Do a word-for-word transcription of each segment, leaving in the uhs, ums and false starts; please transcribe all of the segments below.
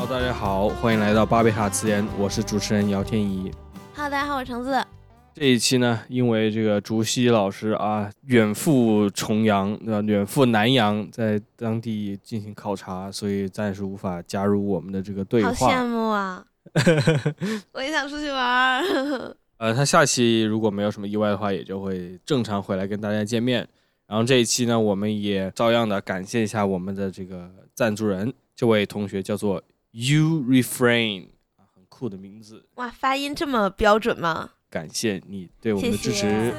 大家好，欢迎来到巴贝塔词言，我是主持人姚天怡。 Hello， 大家好，我是橙子。 这一期呢，因为这个竹溪老师啊远赴重洋，呃，远赴南洋，在当地进行考察，所以暂时无法加入我们的这个对话。 好羡慕啊！我也想出去玩。 呃，他下期如果没有什么意外的话，也就会正常回来跟大家见面。然后这一期呢，我们也照样的感谢一下我们的这个赞助人，这位同学叫做 You Refrain， 很酷的名字。 哇，发音这么标准吗？ 感谢你对我们的支持。 谢谢。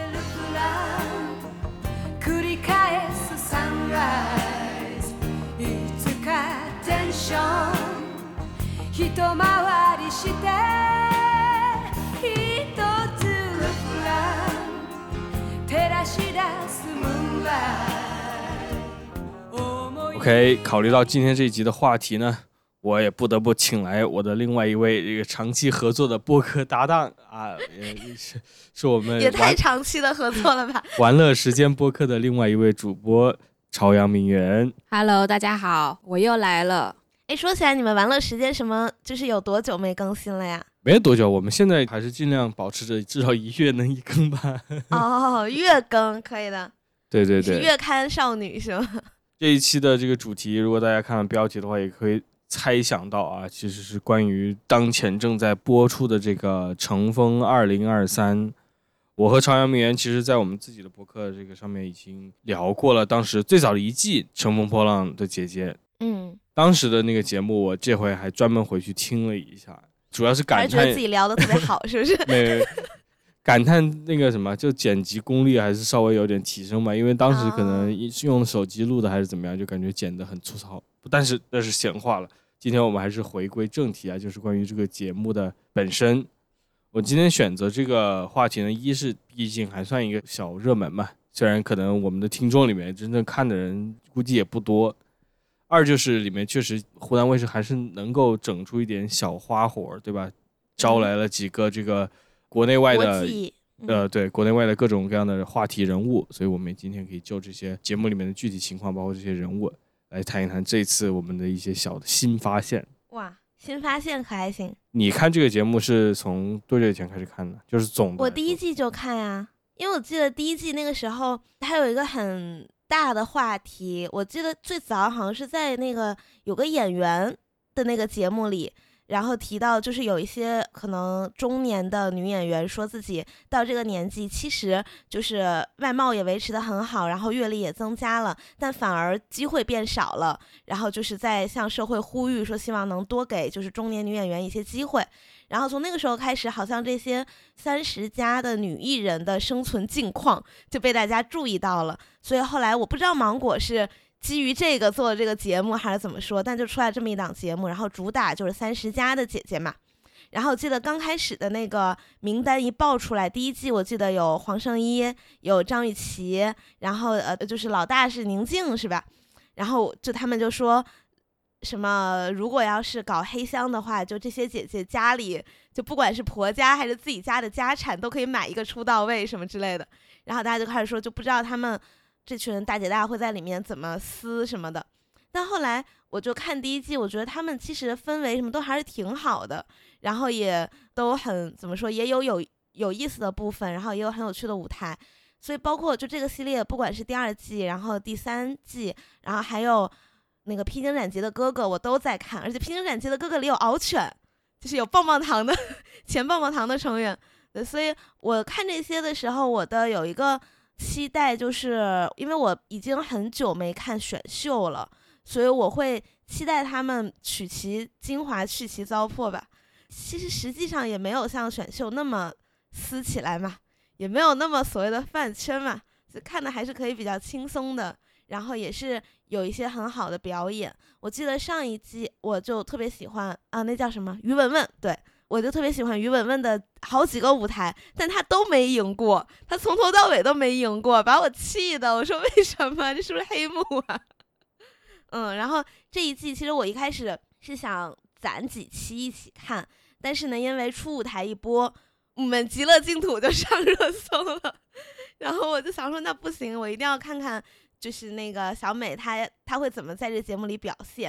OK， 考虑到今天这一集的话题呢，我也不得不请来我的另外一位这个长期合作的播客搭档啊，也是是我们也太长期的合作了吧？ 玩乐时间播客的另外一位主播朝阳明媛。 Hello， 大家好，我又来了。 哎，说起来，你们玩乐时间什么，就是有多久没更新了呀？ 没有多久，我们现在还是尽量保持着至少一月能一更吧。 哦，月更可以的。 对对对， 是月刊少女是吗？ 这一期的这个主题，如果大家看了标题的话，也可以猜想到啊，其实是关于当前正在播出的这个《乘风二零二三》。我和朝阳明媛其实在我们自己的博客这个上面已经聊过了，当时最早的一季《乘风破浪的姐姐》。 嗯， 当时的那个节目，我这回还专门回去听了一下，主要是感叹， 还是觉得自己聊得特别好，是不是？ 没感叹那个什么，就剪辑功力还是稍微有点提升吧，因为当时可能用手机录的还是怎么样，就感觉剪得很粗糙。但是那是闲话了，今天我们还是回归正题啊，就是关于这个节目的本身。我今天选择这个话题呢，一是毕竟还算一个小热门嘛，虽然可能我们的听众里面真正看的人估计也不多。二就是里面确实湖南卫视还是能够整出一点小花活，对吧？招来了几个这个国内外的呃，对国内外的各种各样的话题人物，所以我们今天可以就这些节目里面的具体情况，包括这些人物，来谈一谈这次我们的一些小的新发现。 哇，新发现可还行？ 你看这个节目是从多久以前开始看的？就是总的， 我第一季就看呀，因为我记得第一季那个时候它有一个很大的话题，我记得最早好像是在那个有个演员的那个节目里。然后提到就是有一些可能中年的女演员说自己到这个年纪其实就是外貌也维持得很好，然后阅历也增加了，但反而机会变少了，然后就是在向社会呼吁说希望能多给就是中年女演员一些机会。然后从那个时候开始，好像这些三十加的女艺人的生存境况就被大家注意到了，所以后来我不知道芒果是基于这个做的这个节目还是怎么说，但就出来这么一档节目，然后主打就是三十加的姐姐嘛。然后我记得刚开始的那个名单一爆出来，第一季我记得有黄圣依，有张雨绮，然后呃就是老大是宁静是吧？然后就他们就说什么如果要是搞黑箱的话，就这些姐姐家里就不管是婆家还是自己家的家产都可以买一个出到位什么之类的。然后大家就开始说就不知道他们这群大姐大会在里面怎么撕什么的。但后来我就看第一季，我觉得他们其实氛围什么都还是挺好的，然后也都很怎么说，也有有有意思的部分，然后也有很有趣的舞台。所以包括就这个系列，不管是第二季，然后第三季，然后还有那个披荆斩棘的哥哥，我都在看。而且披荆斩棘的哥哥里有敖犬，就是有棒棒糖的前棒棒糖的成员。对，所以我看这些的时候，我的有一个期待，就是因为我已经很久没看选秀了，所以我会期待他们取其精华去其糟粕吧。其实实际上也没有像选秀那么撕起来嘛，也没有那么所谓的饭圈嘛，就看的还是可以比较轻松的，然后也是有一些很好的表演。我记得上一季我就特别喜欢啊，那叫什么于文文，对，我就特别喜欢于文文的好几个舞台，但他都没赢过，他从头到尾都没赢过，把我气的。我说为什么？这是不是黑幕啊？嗯，然后这一季其实我一开始是想攒几期一起看，但是呢，因为初舞台一播，我们极乐净土就上热搜了，然后我就想说那不行，我一定要看看，就是那个小美她她会怎么在这节目里表现。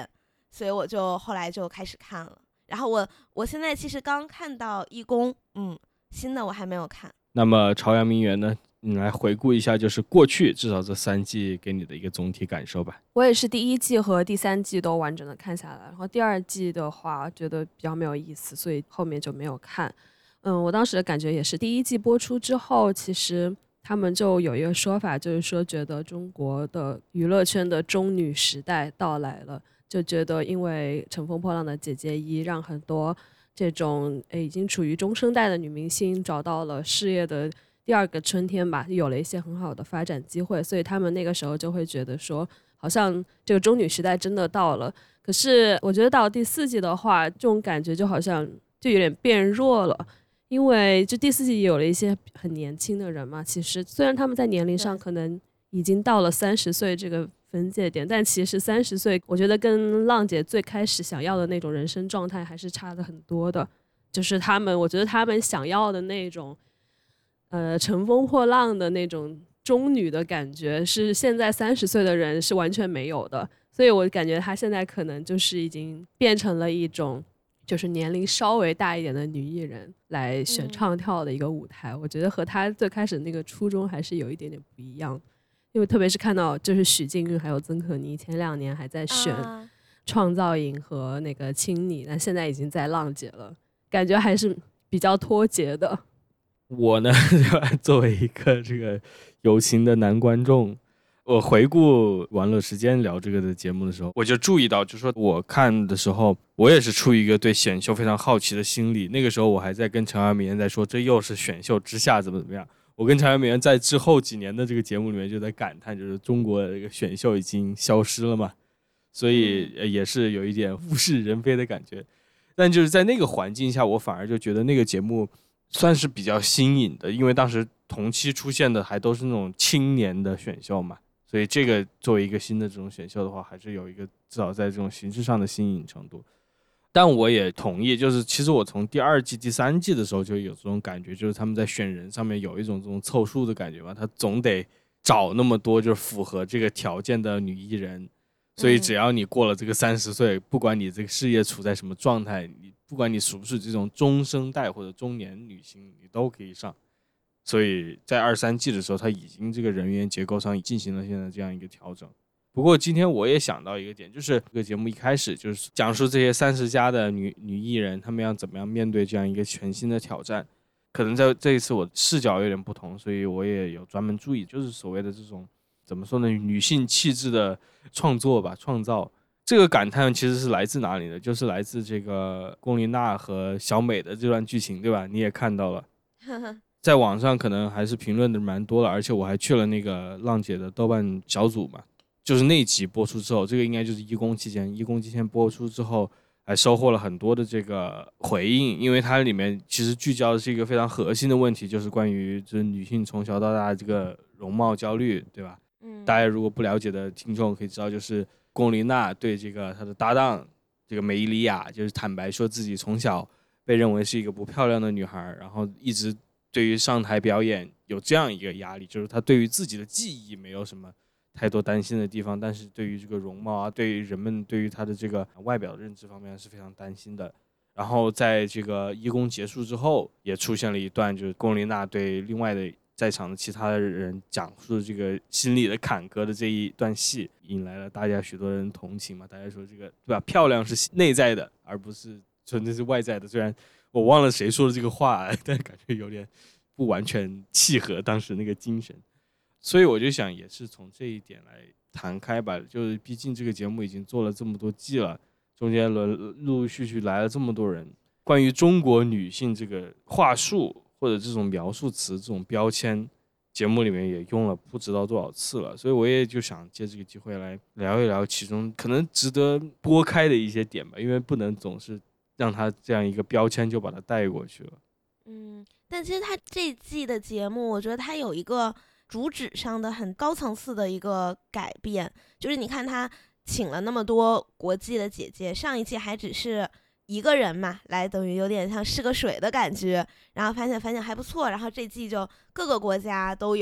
所以我就后来就开始看了。然后我我现在其实刚看到义工，嗯，新的我还没有看。 那么朝阳名媛呢，你来回顾一下，就是过去至少这三季给你的一个总体感受吧。 我也是第一季和第三季都完整的看下来，然后第二季的话觉得比较没有意思，所以后面就没有看。嗯，我当时的感觉也是，第一季播出之后，其实他们就有一个说法，就是说觉得中国的娱乐圈的中女时代到来了，就觉得因为乘风破浪的姐姐一，让很多这种已经处于中生代的女明星找到了事业的第二个春天吧，有了一些很好的发展机会，所以他们那个时候就会觉得说，好像这个中女时代真的到了。可是我觉得到第四季的话，这种感觉就好像就有点变弱了。因为就第四季有了一些很年轻的人嘛，其实虽然他们在年龄上可能已经到了三十岁这个分界点，但其实三十岁我觉得跟浪姐最开始想要的那种人生状态还是差的很多的。就是他们我觉得他们想要的那种呃乘风破浪的那种中女的感觉，是现在三十岁的人是完全没有的。所以我感觉他现在可能就是已经变成了一种就是年龄稍微大一点的女艺人来选唱跳的一个舞台、嗯、我觉得和她最开始那个初衷还是有一点点不一样，因为特别是看到就是许静韵还有曾可妮前两年还在选创造营和那个青你，但现在已经在浪姐了，感觉还是比较脱节的。 我呢作为一个这个有情的男观众，我回顾玩乐时间聊这个的节目的时候，我就注意到，就是说我看的时候，我也是出于一个对选秀非常好奇的心理。那个时候我还在跟朝阳名媛在说，这又是选秀之下怎么怎么样。我跟朝阳名媛在之后几年的这个节目里面就在感叹，就是中国的这个选秀已经消失了嘛，所以也是有一点物是人非的感觉。但就是在那个环境下，我反而就觉得那个节目算是比较新颖的，因为当时同期出现的还都是那种青年的选秀嘛。所以这个作为一个新的这种选秀的话，还是有一个至少在这种形式上的新颖程度。但我也同意，就是其实我从第二季第三季的时候就有这种感觉，就是他们在选人上面有一种这种凑数的感觉嘛，他总得找那么多就是符合这个条件的女艺人，所以只要你过了这个三十岁，不管你这个事业处在什么状态，你不管你属不是这种中生代或者中年女星，你都可以上。所以在二三季的时候，他已经这个人员结构上进行了现在这样一个调整。不过今天我也想到一个点，就是这个节目一开始就是讲述这些三十加的女女艺人，她们要怎么样面对这样一个全新的挑战。可能在这一次我视角有点不同，所以我也有专门注意，就是所谓的这种怎么说呢，女性气质的创作吧，创造。这个感叹其实是来自哪里呢？就是来自这个龚琳娜和小美的这段剧情，对吧？你也看到了。在网上可能还是评论的蛮多了，而且我还去了那个浪姐的豆瓣小组嘛，就是那集播出之后，这个应该就是一公期间，一公期间播出之后，还收获了很多的这个回应，因为它里面其实聚焦的是一个非常核心的问题，就是关于就是女性从小到大这个容貌焦虑，对吧？嗯，大家如果不了解的听众可以知道，就是龚琳娜对这个她的搭档这个梅伊利亚，就是坦白说自己从小被认为是一个不漂亮的女孩，然后一直对于上台表演有这样一个压力，就是他对于自己的技艺没有什么太多担心的地方，但是对于这个容貌啊，对于人们对于他的这个外表认知方面是非常担心的。然后在这个一公结束之后，也出现了一段就是龚琳娜对另外的在场的其他的人讲述这个心理的坎坷的这一段戏，引来了大家许多人同情嘛。大家说这个对吧，漂亮是内在的，而不是纯粹是外在的。虽然我忘了谁说的这个话，但感觉有点不完全契合当时那个精神，所以我就想也是从这一点来谈开吧。就是毕竟这个节目已经做了这么多季了，中间陆陆续续来了这么多人，关于中国女性这个话术或者这种描述词这种标签，节目里面也用了不知道多少次了，所以我也就想借这个机会来聊一聊其中可能值得拨开的一些点吧，因为不能总是让他这样一个标签就把它带过去了。 嗯，但其实他这一季的节目，我觉得他有一个主旨上的很高层次的一个改变，就是你看他请了那么多国际的姐姐，上一季还只是一个人嘛，来等于有点像试个水的感觉，然后发现发现还不错，然后这季就各个国家都有，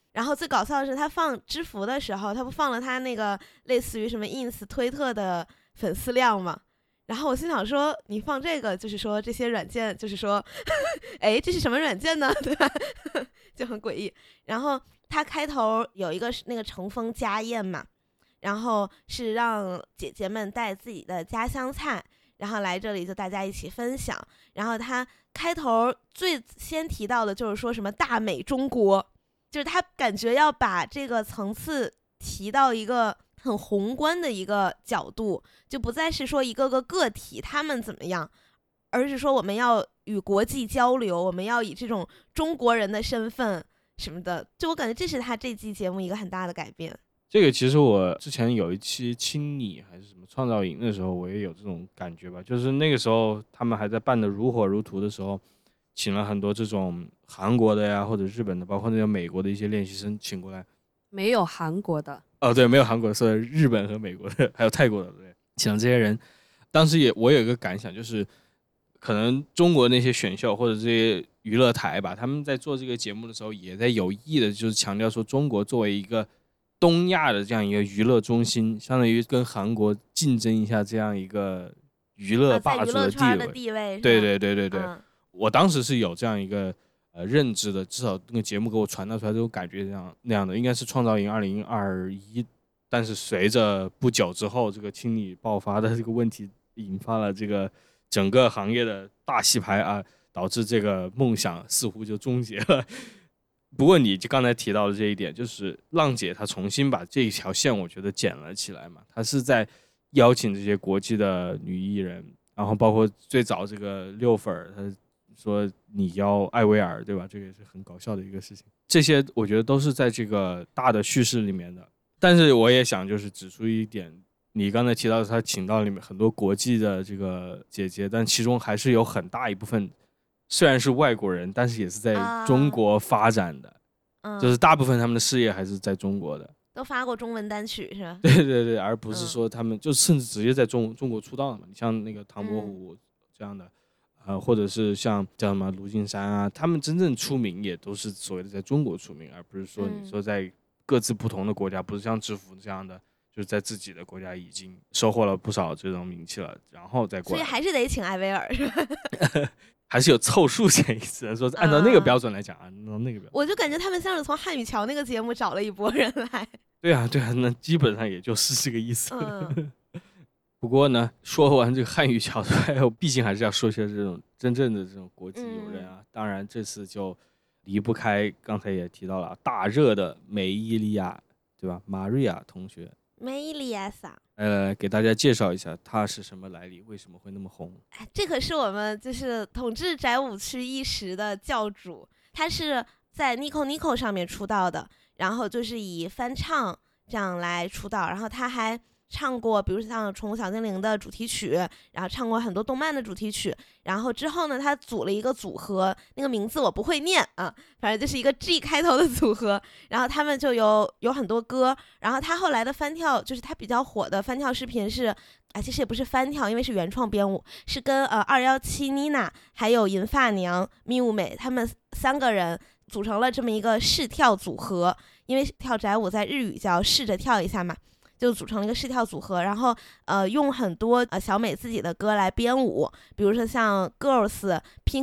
然后最搞笑的是他放知乎的时候，他不放了他那个类似于什么 ins 推特的粉丝量吗？然后我心想说，你放这个就是说这些软件就是说哎，这是什么软件呢？对吧？就很诡异。然后他开头有一个那个乘风家宴嘛，然后是让姐姐们带自己的家乡菜，然后来这里就大家一起分享。然后他开头最先提到的就是说什么大美中国，就是他感觉要把这个层次提到一个很宏观的一个角度，就不再是说一个个个体他们怎么样，而是说我们要与国际交流，我们要以这种中国人的身份什么的，就我感觉这是他这期节目一个很大的改变。 这个其实我之前有一期青你还是什么创造营的时候，我也有这种感觉吧，就是那个时候他们还在办得如火如荼的时候，请了很多这种韩国的呀或者日本的，包括那种美国的一些练习生请过来。 没有韩国的哦，对，没有韩国的，所以日本和美国的还有泰国的，对，请了这些人。当时也我有一个感想，就是可能中国那些选秀或者这些娱乐台吧，他们在做这个节目的时候也在有意的就是强调说，中国作为一个东亚的这样一个娱乐中心，相当于跟韩国竞争一下这样一个娱乐霸主的地位。 啊、在娱乐圈的地位， 对对对对对、 嗯， 我当时是有这样一个呃认知的，至少那个节目给我传达出来这种感觉，这样那样的，应该是创造营二零二一。但是随着不久之后这个清理爆发的这个问题，引发了这个整个行业的大洗牌啊，导致这个梦想似乎就终结了。不过你就刚才提到的这一点，就是浪姐她重新把这一条线我觉得捡了起来嘛，她是在邀请这些国际的女艺人，然后包括最早这个六粉儿，她说你邀艾薇儿，对吧？这个也是很搞笑的一个事情。这些我觉得都是在这个大的叙事里面的。但是我也想就是指出一点，你刚才提到他请到里面很多国际的这个姐姐，但其中还是有很大一部分虽然是外国人，但是也是在中国发展的、啊、就是大部分他们的事业还是在中国的， 都发过中文单曲是吧？ 对对对，而不是说他们、嗯、就甚至直接在中中国出道的嘛。你像那个唐伯虎这样的、嗯呃、或者是像叫什么卢靖姗啊，他们真正出名也都是所谓的在中国出名，而不是说你说在各自不同的国家，不是像知乎这样的就是在自己的国家已经收获了不少这种名气了，然后再过来， 所以还是得请艾薇儿是吧？ 还是有凑数嫌疑，只能说按照那个标准来讲啊，按照那个标准， 我就感觉他们像是从汉语桥那个节目找了一拨人来。 对啊对啊，那基本上也就是这个意思、 嗯、 不过呢，说完这个汉语桥之外，毕竟还是要说一些这种真正的这种国际友人啊、嗯、当然这次就离不开刚才也提到了大热的梅伊利亚，对吧？玛瑞亚同学， 梅伊利亚桑， 呃，给大家介绍一下她是什么来历，为什么会那么红？ 哎，这可是我们就是统治宅舞区一时的教主，他是在 Nico Nico 上面出道的，然后就是以翻唱这样来出道，然后他还唱过比如像《宠物小精灵》的主题曲，然后唱过很多动漫的主题曲，然后之后呢他组了一个组合，那个名字我不会念啊，反正就是一个 G 开头的组合，然后他们就有有很多歌，然后他后来的翻跳就是他比较火的翻跳视频是哎，其实也不是翻跳，因为是原创编舞，是跟呃二一七妮娜还有银发娘咪雾美他们三个人组成了这么一个试跳组合，因为跳宅舞在日语叫试着跳一下嘛，就组成了一个试跳组合，然后呃用很多呃小美自己的歌来编舞，比如说像 Girls、Pink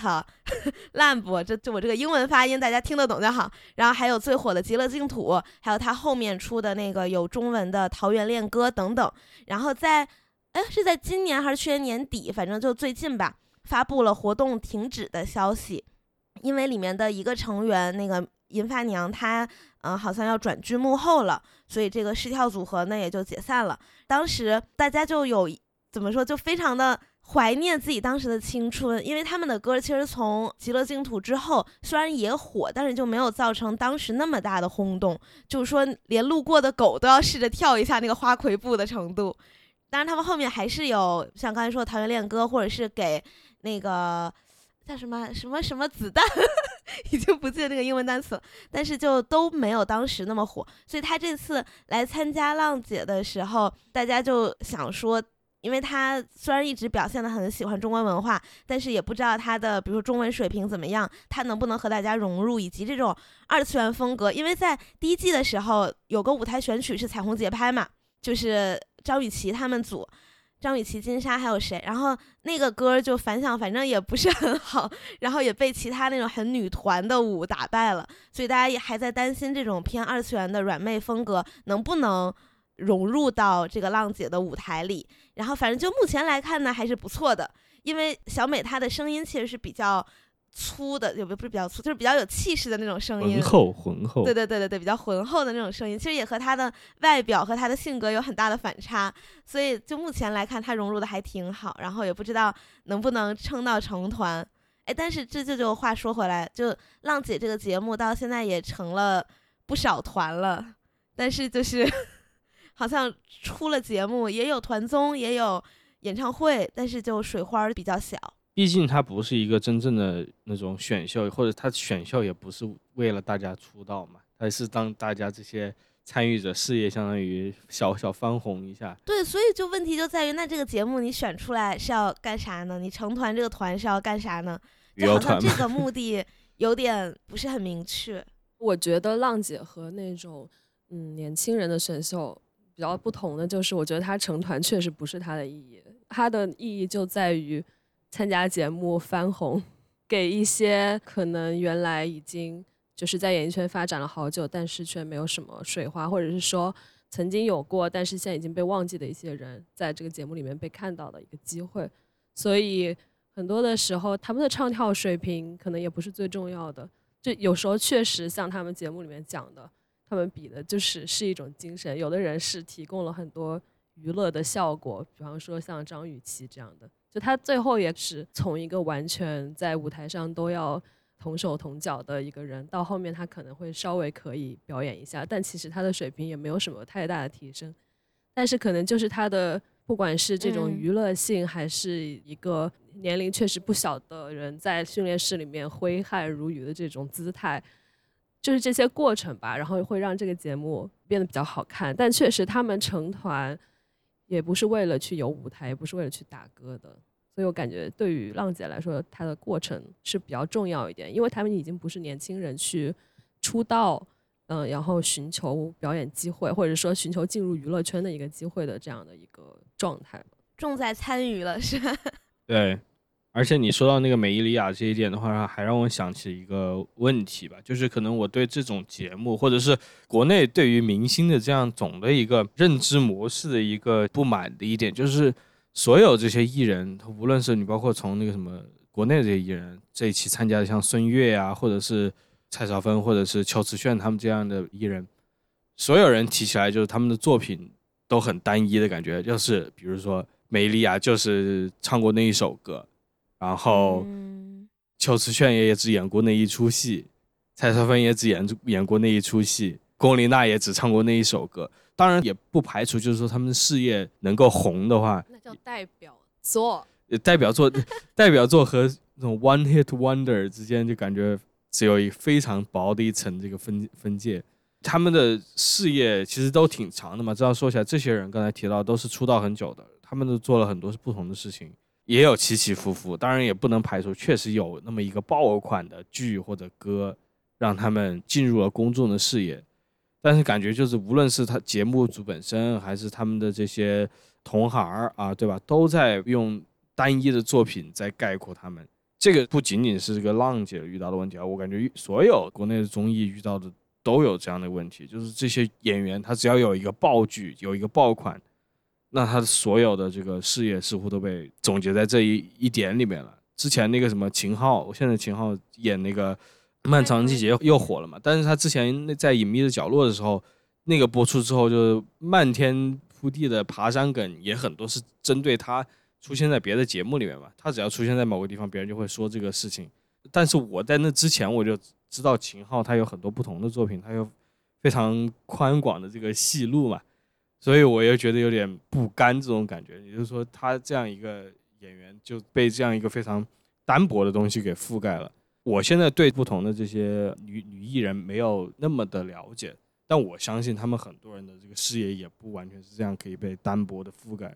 Cat、Lamb， 这就我这个英文发音大家听得懂就好。然后还有最火的极乐净土，还有他后面出的那个有中文的桃源恋歌等等。然后在哎是在今年还是去年年底，反正就最近吧，发布了活动停止的消息，因为里面的一个成员那个银发娘她嗯、呃，好像要转居幕后了，所以这个试跳组合呢也就解散了。当时大家就有怎么说，就非常的怀念自己当时的青春，因为他们的歌其实从极乐净土之后虽然也火，但是就没有造成当时那么大的轰动，就是说连路过的狗都要试着跳一下那个花魁步的程度。当然他们后面还是有像刚才说的桃源恋歌，或者是给那个叫什么什么什么子弹已经不记得那个英文单词了，但是就都没有当时那么火。所以他这次来参加浪姐的时候，大家就想说因为他虽然一直表现得很喜欢中国文化，但是也不知道他的比如说中文水平怎么样，他能不能和大家融入，以及这种二次元风格。因为在第一季的时候有个舞台选曲是彩虹节拍嘛，就是张雨绮他们组，张雨绮、金莎还有谁，然后那个歌就反响反正也不是很好，然后也被其他那种很女团的舞打败了，所以大家也还在担心这种偏二次元的软妹风格能不能融入到这个浪姐的舞台里。然后反正就目前来看呢还是不错的，因为小美她的声音其实是比较粗的，也不是比较粗，就是比较有气势的那种声音， 浑厚浑厚， 对对对对对，比较浑厚的那种声音，其实也和她的外表和她的性格有很大的反差，所以就目前来看她融入的还挺好，然后也不知道能不能撑到成团。哎，但是这就就话说回来，就浪姐这个节目到现在也成了不少团了，但是就是好像出了节目也有团综也有演唱会，但是就水花比较小。 毕竟它不是一个真正的那种选秀，或者它选秀也不是为了大家出道嘛，它是当大家这些参与者事业相当于小小翻红一下。 对，所以就问题就在于，那这个节目你选出来是要干啥呢？你成团这个团是要干啥呢？就好像这个目的有点不是很明确。 我觉得浪姐和那种嗯年轻人的选秀比较不同的就是，我觉得它成团确实不是它的意义，它的意义就在于参加节目翻红，给一些可能原来已经就是在演艺圈发展了好久，但是却没有什么水花，或者是说曾经有过，但是现在已经被忘记的一些人，在这个节目里面被看到的一个机会。所以很多的时候，他们的唱跳水平可能也不是最重要的，就有时候确实像他们节目里面讲的，他们比的就是是一种精神。有的人是提供了很多娱乐的效果，比方说像张雨绮这样的，就他最后也是从一个完全在舞台上都要同手同脚的一个人，到后面他可能会稍微可以表演一下，但其实他的水平也没有什么太大的提升。但是可能就是他的不管是这种娱乐性，还是一个年龄确实不小的人在训练室里面挥汗如雨的这种姿态，就是这些过程吧，然后会让这个节目变得比较好看。但确实他们成团也不是为了去有舞台，也不是为了去打歌的，所以我感觉对于浪姐来说，它的过程是比较重要一点，因为他们已经不是年轻人去出道，嗯、呃，然后寻求表演机会，或者说寻求进入娱乐圈的一个机会的这样的一个状态， 重在参与了，是吧？ 对。而且你说到那个美伊里亚这一点的话，还让我想起一个问题吧，就是可能我对这种节目，或者是国内对于明星的这样总的一个认知模式的一个不满的一点，就是所有这些艺人，无论是你包括从那个什么国内的这些艺人，这一期参加的像孙悦啊，或者是蔡少芬，或者是邱瓷炫他们这样的艺人，所有人提起来就是他们的作品都很单一的感觉，就是比如说美伊里亚就是唱过那一首歌，然后邱瓷炫也只演过那一出戏，蔡少芬也只 演, 演过那一出戏，龚琳娜也只唱过那一首歌。当然也不排除就是说他们的事业能够红的话， 那叫代表作， 代表作代表作和那种 one hit wonder 之间就感觉只有一非常薄的一层这个 分, 分界。他们的事业其实都挺长的嘛，这样说起来，这些人刚才提到都是出道很久的，他们都做了很多不同的事情，也有起起伏伏，当然也不能排除确实有那么一个爆款的剧或者歌让他们进入了公众的视野，但是感觉就是无论是他节目组本身还是他们的这些同行啊，对吧，都在用单一的作品在概括他们。这个不仅仅是这个浪姐遇到的问题啊，我感觉所有国内的综艺遇到的都有这样的问题，就是这些演员他只要有一个爆剧，有一个爆款，那他所有的这个事业似乎都被总结在这一一点里面了。之前那个什么秦昊，现在秦昊演那个漫长季节又火了嘛，但是他之前在隐秘的角落的时候，那个播出之后就漫天铺地的爬山梗也很多是针对他出现在别的节目里面嘛，他只要出现在某个地方，别人就会说这个事情。但是我在那之前我就知道秦昊他有很多不同的作品，他有非常宽广的这个戏路嘛，所以我又觉得有点不甘这种感觉。也就是说他这样一个演员就被这样一个非常单薄的东西给覆盖了。我现在对不同的这些 女, 女艺人没有那么的了解，但我相信他们很多人的这个事业也不完全是这样可以被单薄的覆盖的。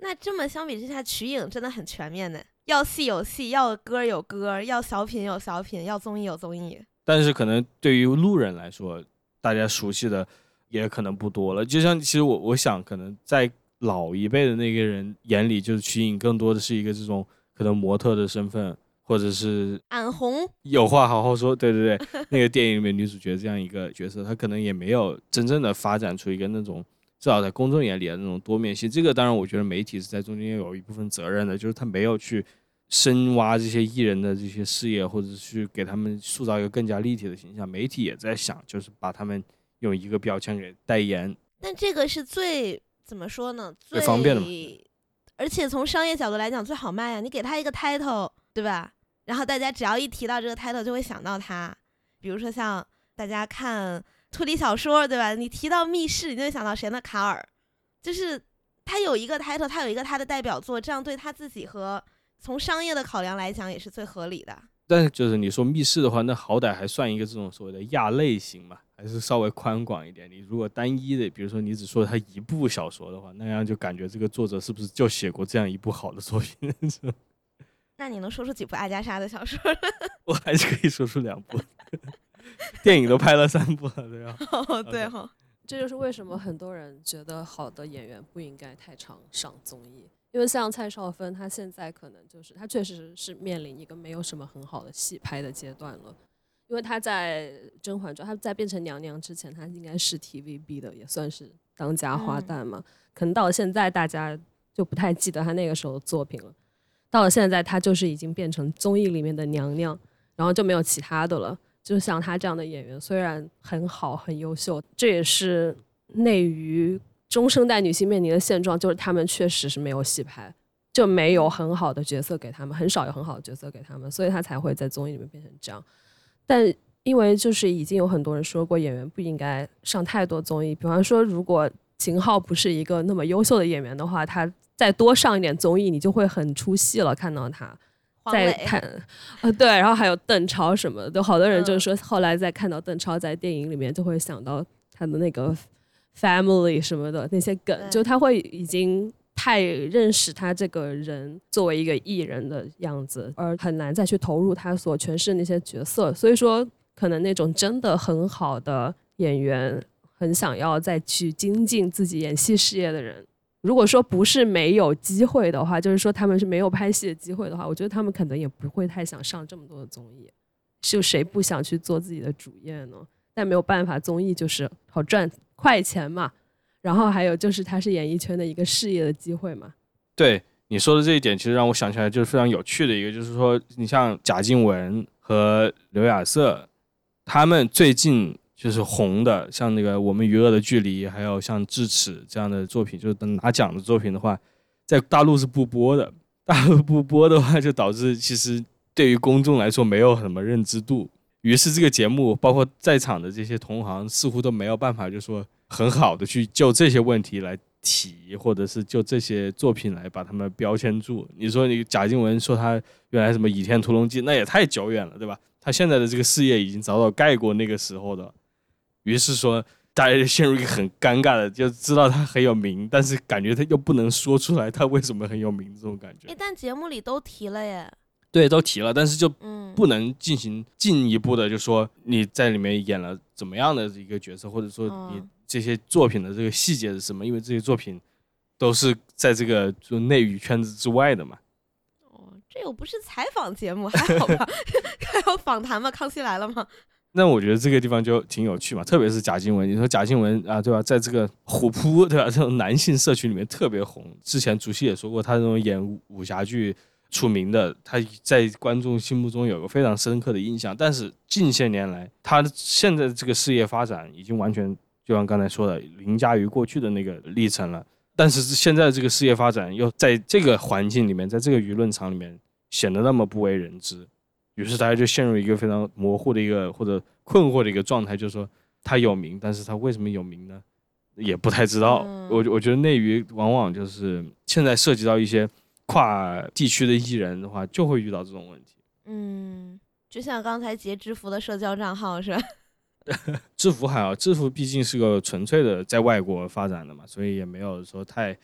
那这么相比之下，瞿颖真的很全面的，要戏有戏，要歌有歌，要小品有小品，要综艺有综艺。 但是可能对于路人来说，大家熟悉的也可能不多了。就像其实我我想，可能在老一辈的那个人眼里，就是瞿颖更多的是一个这种可能模特的身份，或者是俺红有话好好说，对对对，那个电影里面女主角这样一个角色，她可能也没有真正的发展出一个那种至少在公众眼里的那种多面性。这个当然我觉得媒体是在中间有一部分责任的，就是他没有去深挖这些艺人的这些事业，或者去给他们塑造一个更加立体的形象。媒体也在想，就是把他们用一个标签给代言。 但这个是最怎么说呢？ 最方便的嘛。 而且从商业角度来讲最好卖呀，你给他一个 title， 对吧？然后大家只要一提到这个 title 就会想到他。比如说像大家看推理小说，对吧？你提到密室，你就会想到谁呢？卡尔。就是他有一个 title， 他有一个他的代表作，这样对他自己和从商业的考量来讲也是最合理的。 但是就是你说密室的话，那好歹还算一个这种所谓的亚类型嘛，还是稍微宽广一点。你如果单一的，比如说你只说他一部小说的话，那样就感觉这个作者是不是就写过这样一部好的作品？ 那你能说出几部阿加莎的小说？ 我还是可以说出两部，电影都拍了三部了，对吧？ 哦，对哈、哦， 这就是为什么很多人觉得好的演员不应该太常上综艺。因为像蔡少芬，她现在可能就是她确实是面临一个没有什么很好的戏拍的阶段了。因为她在《甄嬛传》，她在变成娘娘之前，她应该是 T V B 的，也算是当家花旦嘛。嗯、可能到了现在，大家就不太记得她那个时候的作品了。到了现在，她就是已经变成综艺里面的娘娘，然后就没有其他的了。就像她这样的演员，虽然很好很优秀，这也是内娱中生代女性面临的现状，就是她们确实是没有戏拍，就没有很好的角色给她们，很少有很好的角色给她们，所以她才会在综艺里面变成这样。但因为就是已经有很多人说过，演员不应该上太多综艺。比方说，如果秦昊不是一个那么优秀的演员的话，他再多上一点综艺，你就会很出戏了。看到他在看啊，对，然后还有邓超什么的，都好多人就是说，后来在看到邓超在电影里面，就会想到他的那个 family 什么的那些梗，就他会已经太认识他这个人作为一个艺人的样子，而很难再去投入他所诠释的那些角色。所以说可能那种真的很好的演员，很想要再去精进自己演戏事业的人，如果说不是没有机会的话，就是说他们是没有拍戏的机会的话，我觉得他们可能也不会太想上这么多的综艺。就谁不想去做自己的主业呢？但没有办法，综艺就是好赚快钱嘛，然后还有就是它是演艺圈的一个事业的机会嘛。 对你说的这一点，其实让我想起来就是非常有趣的一个，就是说你像贾静雯和刘亚瑟，他们最近就是红的，像那个《我们与恶的距离》，还有像《智齿》这样的作品，就是拿奖的作品的话，在大陆是不播的。大陆不播的话，就导致其实对于公众来说没有什么认知度。于是这个节目，包括在场的这些同行，似乎都没有办法，就说很好的去就这些问题来提，或者是就这些作品来把他们标签住。你说你贾静雯说她原来什么《倚天屠龙记》，那也太久远了，对吧？她现在的这个事业已经早早盖过那个时候的。于是说大家就陷入一个很尴尬的，就知道他很有名，但是感觉他又不能说出来他为什么很有名这种感觉。 但节目里都提了耶。 对，都提了，但是就不能进行进一步的就说你在里面演了怎么样的一个角色，或者说你这些作品的这个细节是什么，因为这些作品都是在这个就内娱圈子之外的嘛。 哦，这又不是采访节目，还好吧？还要访谈吗？康熙来了吗？ 那我觉得这个地方就挺有趣嘛，特别是贾静雯，你说贾静雯啊，对吧，在这个虎扑，对吧，这种男性社群里面特别红。之前主席也说过，他这种演武侠剧出名的，他在观众心目中有个非常深刻的印象。但是近些年来，他现在这个事业发展已经完全就像刚才说的凌驾于过去的那个历程了。但是现在这个事业发展又在这个环境里面，在这个舆论场里面显得那么不为人知。于是大家就陷入一个非常模糊的一个或者困惑的一个状态，就是说他有名，但是他为什么有名呢？也不太知道。嗯、我我觉得内娱往往就是现在涉及到一些跨地区的艺人的话，就会遇到这种问题。 嗯，就像刚才截知乎的社交账号是吧？ 知乎还好，知乎毕竟是个纯粹的在外国发展的嘛，所以也没有说太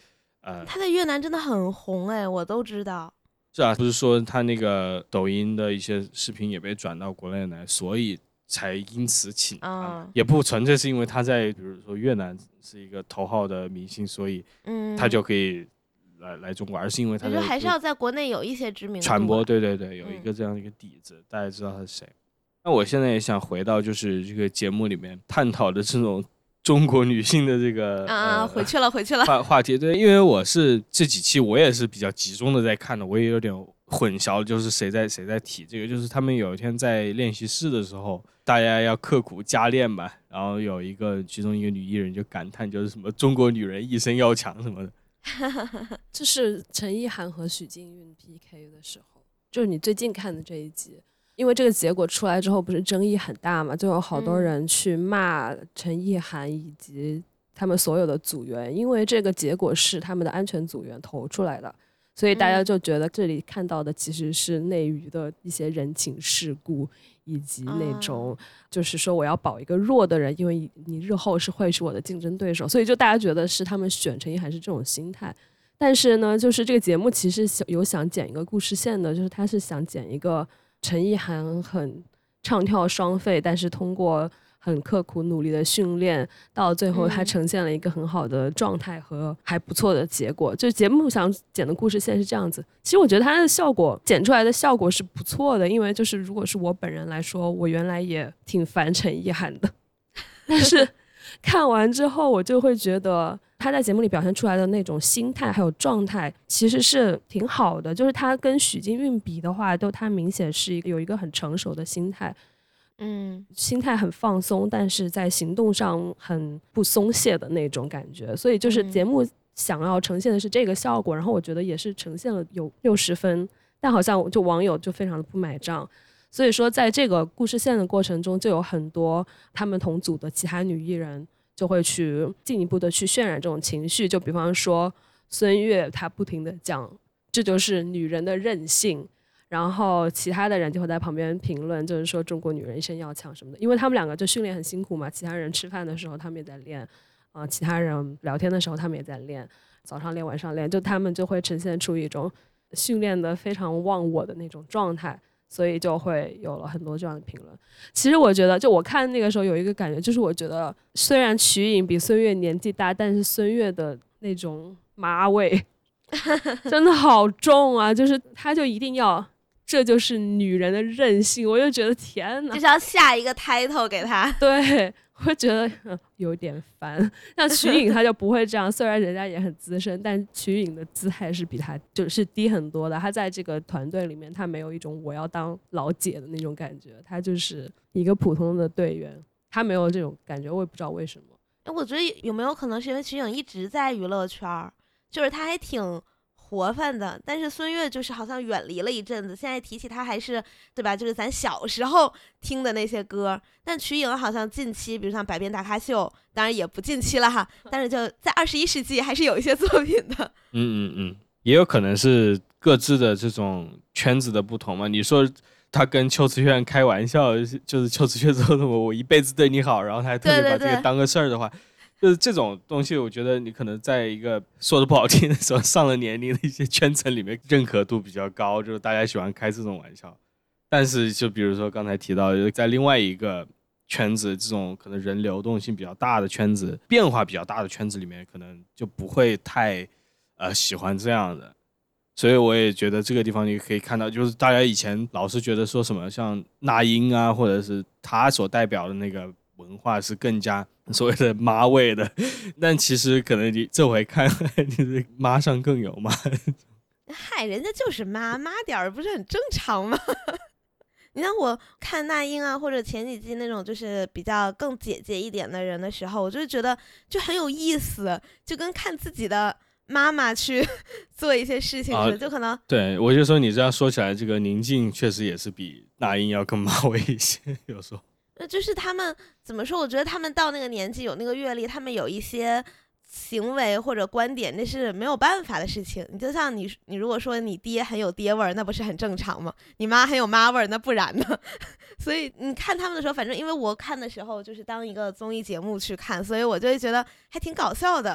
呃， 他在越南真的很红哎，我都知道。 是啊，不是说他那个抖音的一些视频也被转到国内来，所以才因此请他、 嗯、 也不纯粹是因为他在比如说越南是一个头号的明星，所以他就可以来、嗯、来中国，而是因为他就还是要在国内有一些知名度传播，对对对，有一个这样一个底子、嗯、大家知道他是谁。那我现在也想回到就是这个节目里面探讨的这种中国女性的这个啊、呃、回去了回去了话话题。对，因为我是这几期我也是比较集中的在看的，我也有点混淆，就是谁在谁在提这个。就是他们有一天在练习室的时候，大家要刻苦加练吧，然后有一个其中一个女艺人就感叹，就是什么中国女人一身要强什么的。 这是陈意涵和许金韵 P K 的时候，就是你最近看的这一集。因为这个结果出来之后不是争议很大嘛，就有好多人去骂陈意涵以及他们所有的组员，因为这个结果是他们的安全组员投出来的，所以大家就觉得这里看到的其实是内娱的一些人情世故，以及那种就是说我要保一个弱的人，因为你日后是会是我的竞争对手，所以就大家觉得是他们选陈意涵是这种心态。但是呢，就是这个节目其实有想剪一个故事线的，就是他是想剪一个陈意涵很唱跳双废，但是通过很刻苦努力的训练，到最后他呈现了一个很好的状态和还不错的结果、嗯、就节目想剪的故事线是这样子。其实我觉得他的效果剪出来的效果是不错的，因为就是如果是我本人来说，我原来也挺烦陈意涵的，但是看完之后我就会觉得他在节目里表现出来的那种心态还有状态其实是挺好的，就是他跟许金韵比的话，都他明显是有一个很成熟的心态，嗯，心态很放松，但是在行动上很不松懈的那种感觉，所以就是节目想要呈现的是这个效果、嗯、然后我觉得也是呈现了有六十分，但好像就网友就非常的不买账。所以说在这个故事线的过程中，就有很多他们同组的其他女艺人就会去进一步的去渲染这种情绪，就比方说孙悦她不停的讲这就是女人的韧性，然后其他的人就会在旁边评论，就是说中国女人一身要强什么的，因为他们两个就训练很辛苦嘛，其他人吃饭的时候他们也在练、呃、其他人聊天的时候他们也在练，早上练晚上练，就他们就会呈现出一种训练的非常忘我的那种状态，所以就会有了很多这样的评论。其实我觉得就我看那个时候有一个感觉，就是我觉得虽然瞿颖比孙悦年纪大，但是孙悦的那种妈味真的好重啊，就是他就一定要这就是女人的韧性，我就觉得天哪， 就是要下一个 title 给他。 对，我觉得、嗯、有点烦。像瞿颖他就不会这样，虽然人家也很资深，但瞿颖的姿态是比他就是低很多的，他在这个团队里面他没有一种我要当老姐的那种感觉，他就是一个普通的队员，他没有这种感觉，我也不知道为什么。 我觉得有没有可能是因为瞿颖一直在娱乐圈，就是他还挺活泛的，但是孙悦就是好像远离了一阵子，现在提起他还是对吧，就是咱小时候听的那些歌，但瞿颖好像近期比如像百变大咖秀，当然也不近期了哈，但是就在二十一世纪还是有一些作品的。 嗯嗯嗯，也有可能是各自的这种圈子的不同嘛。你说他跟邱瓷炫开玩笑，就是邱瓷炫说的我一辈子对你好，然后他还特别把这个当个事儿的话，对对对，就是这种东西，我觉得你可能在一个说的不好听的时候，上了年龄的一些圈层里面，认可度比较高，就是大家喜欢开这种玩笑。但是就比如说刚才提到，在另外一个圈子，这种可能人流动性比较大的圈子，变化比较大的圈子里面，可能就不会太呃喜欢这样的。所以我也觉得这个地方你可以看到，就是大家以前老是觉得说什么像那英啊，或者是他所代表的那个文化是更加所谓的妈味的，但其实可能你这回看你妈上更有妈。 嗨，人家就是妈妈点儿不是很正常吗？你像我看那英啊，或者前几季那种就是比较更姐姐一点的人的时候，我就觉得就很有意思，就跟看自己的妈妈去做一些事情似的、啊、就可能对，我就说你这样说起来，这个宁静确实也是比那英要更妈味一些，有时候就是他们怎么说，我觉得他们到那个年纪有那个阅历，他们有一些行为或者观点那是没有办法的事情。你就像你你如果说你爹很有爹味儿，那不是很正常吗？你妈很有妈味儿，那不然呢？所以你看他们的时候，反正因为我看的时候就是当一个综艺节目去看，所以我就会觉得还挺搞笑的，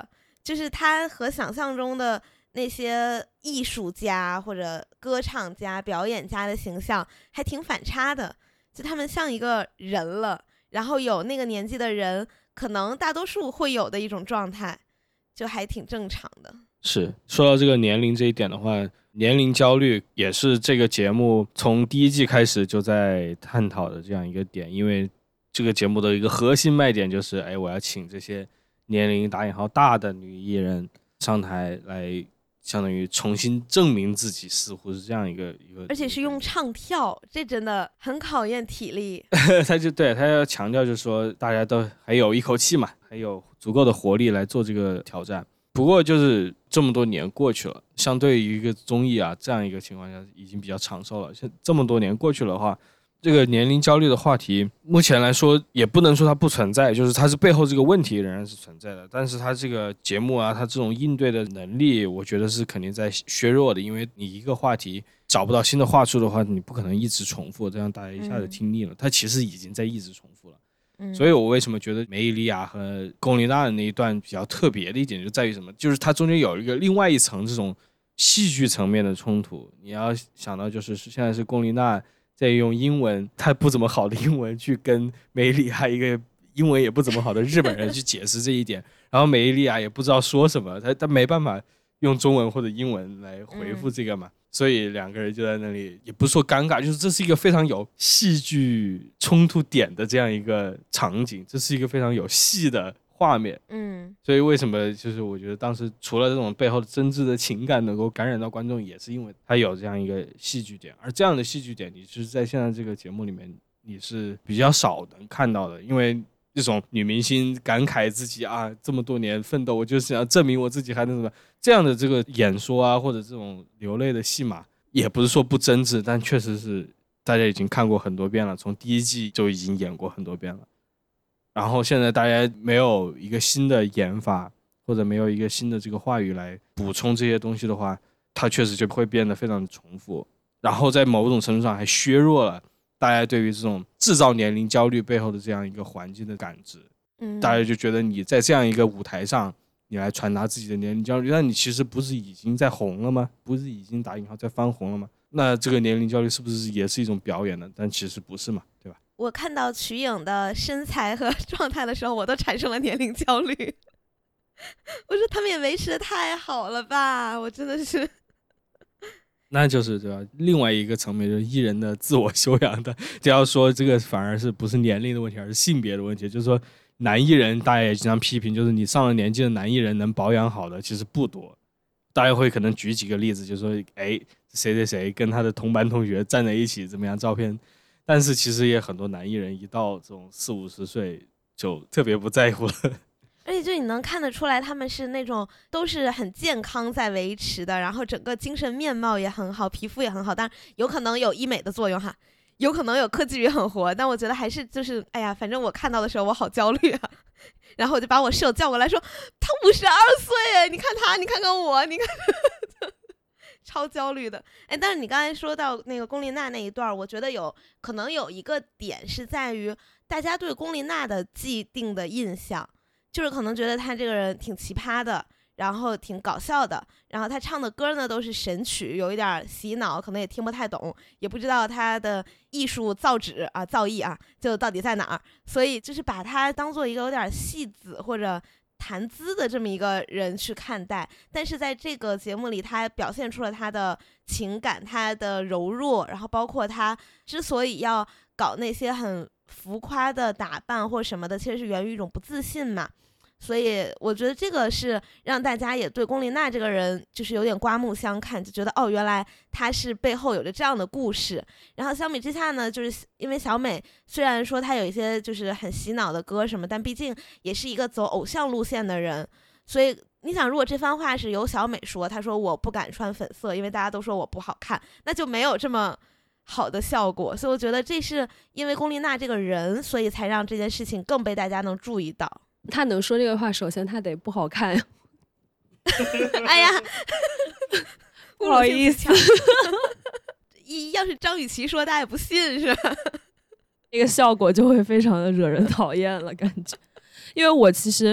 就是他和想象中的那些艺术家或者歌唱家、表演家的形象还挺反差的，就他们像一个人了，然后有那个年纪的人可能大多数会有的一种状态，就还挺正常的。 是，说到这个年龄这一点的话，年龄焦虑也是这个节目从第一季开始就在探讨的这样一个点，因为这个节目的一个核心卖点就是，哎，我要请这些年龄打引号大的女艺人上台来，相当于重新证明自己，似乎是这样一个一个， 而且是用唱跳，这真的很考验体力。 他就对他要强调，就是说大家都还有一口气嘛，还有足够的活力来做这个挑战。不过就是这么多年过去了，相对于一个综艺啊这样一个情况下已经比较长寿了。像这么多年过去了的话，这个年龄焦虑的话题目前来说也不能说它不存在，就是它是背后这个问题仍然是存在的，但是它这个节目啊，它这种应对的能力我觉得是肯定在削弱的，因为你一个话题找不到新的话术的话，你不可能一直重复，这样大家一下子听腻了、嗯、它其实已经在一直重复了。所以我为什么觉得梅伊利亚和龚琳娜的那一段比较特别的一点就在于什么，就是它中间有一个另外一层这种戏剧层面的冲突。你要想到就是现在是龚琳娜在用英文，她不怎么好的英文去跟梅伊利亚一个英文也不怎么好的日本人去解释这一点，然后梅伊利亚也不知道说什么，她她没办法用中文或者英文来回复这个嘛、嗯，所以两个人就在那里，也不是说尴尬，就是这是一个非常有戏剧冲突点的这样一个场景，这是一个非常有戏的画面。 嗯， 所以为什么就是我觉得当时除了这种背后的真挚的情感能够感染到观众，也是因为它有这样一个戏剧点，而这样的戏剧点你是在现在这个节目里面你是比较少能看到的，因为这种女明星感慨自己啊这么多年奋斗，我就是想证明我自己还能什么，这样的这个演说啊，或者这种流泪的戏码，也不是说不真挚，但确实是大家已经看过很多遍了，从第一季就已经演过很多遍了。然后现在大家没有一个新的演法，或者没有一个新的这个话语来补充这些东西的话，它确实就会变得非常重复，然后在某种程度上还削弱了大家对于这种制造年龄焦虑背后的这样一个环境的感知。嗯，大家就觉得你在这样一个舞台上你来传达自己的年龄焦虑，那你其实不是已经在红了吗？不是已经打引号在翻红了吗？那这个年龄焦虑是不是也是一种表演呢？但其实不是嘛，对吧？ 我看到瞿颖的身材和状态的时候，我都产生了年龄焦虑。我说他们也维持的太好了吧，我真的是。 那就是对吧？另外一个层面就是艺人的自我修养的，就要说这个反而是不是年龄的问题，而是性别的问题。就是说男艺人大家也经常批评，就是你上了年纪的男艺人能保养好的其实不多。大家会可能举几个例子，就是说哎谁谁谁跟他的同班同学站在一起怎么样照片，但是其实也很多男艺人一到这种四五十岁就特别不在乎了。 而且就你能看得出来他们是那种都是很健康在维持的，然后整个精神面貌也很好，皮肤也很好，当然有可能有医美的作用哈，有可能有科技与狠活，但我觉得还是就是哎呀，反正我看到的时候我好焦虑啊。然后我就把我室友叫过来说，他五十二岁，你看他，你看看我，你看超焦虑的。哎，但是你刚才说到那个龚琳娜那一段，我觉得有可能有一个点是在于大家对龚琳娜的既定的印象，就是可能觉得她这个人挺奇葩的，然后挺搞笑的，然后她唱的歌呢都是神曲，有一点洗脑，可能也听不太懂，也不知道她的艺术造诣啊造诣啊就到底在哪儿，所以就是把她当做一个有点戏子或者谈资的这么一个人去看待。但是在这个节目里，她表现出了她的情感，她的柔弱，然后包括她之所以要搞那些很浮夸的打扮或什么的，其实是源于一种不自信嘛。所以我觉得这个是让大家也对龚琳娜这个人就是有点刮目相看，就觉得哦，原来她是背后有着这样的故事。然后相比之下呢，就是因为小美虽然说她有一些就是很洗脑的歌什么，但毕竟也是一个走偶像路线的人，所以你想，如果这番话是由小美说，她说我不敢穿粉色，因为大家都说我不好看，那就没有这么好的效果。所以我觉得这是因为龚琳娜这个人，所以才让这件事情更被大家能注意到。 他能说这个话，首先他得不好看。 哎呀， 不好意思， 一要是张雨绮说，大家也不信是吧？ 这个效果就会非常的惹人讨厌了，感觉。因为我其实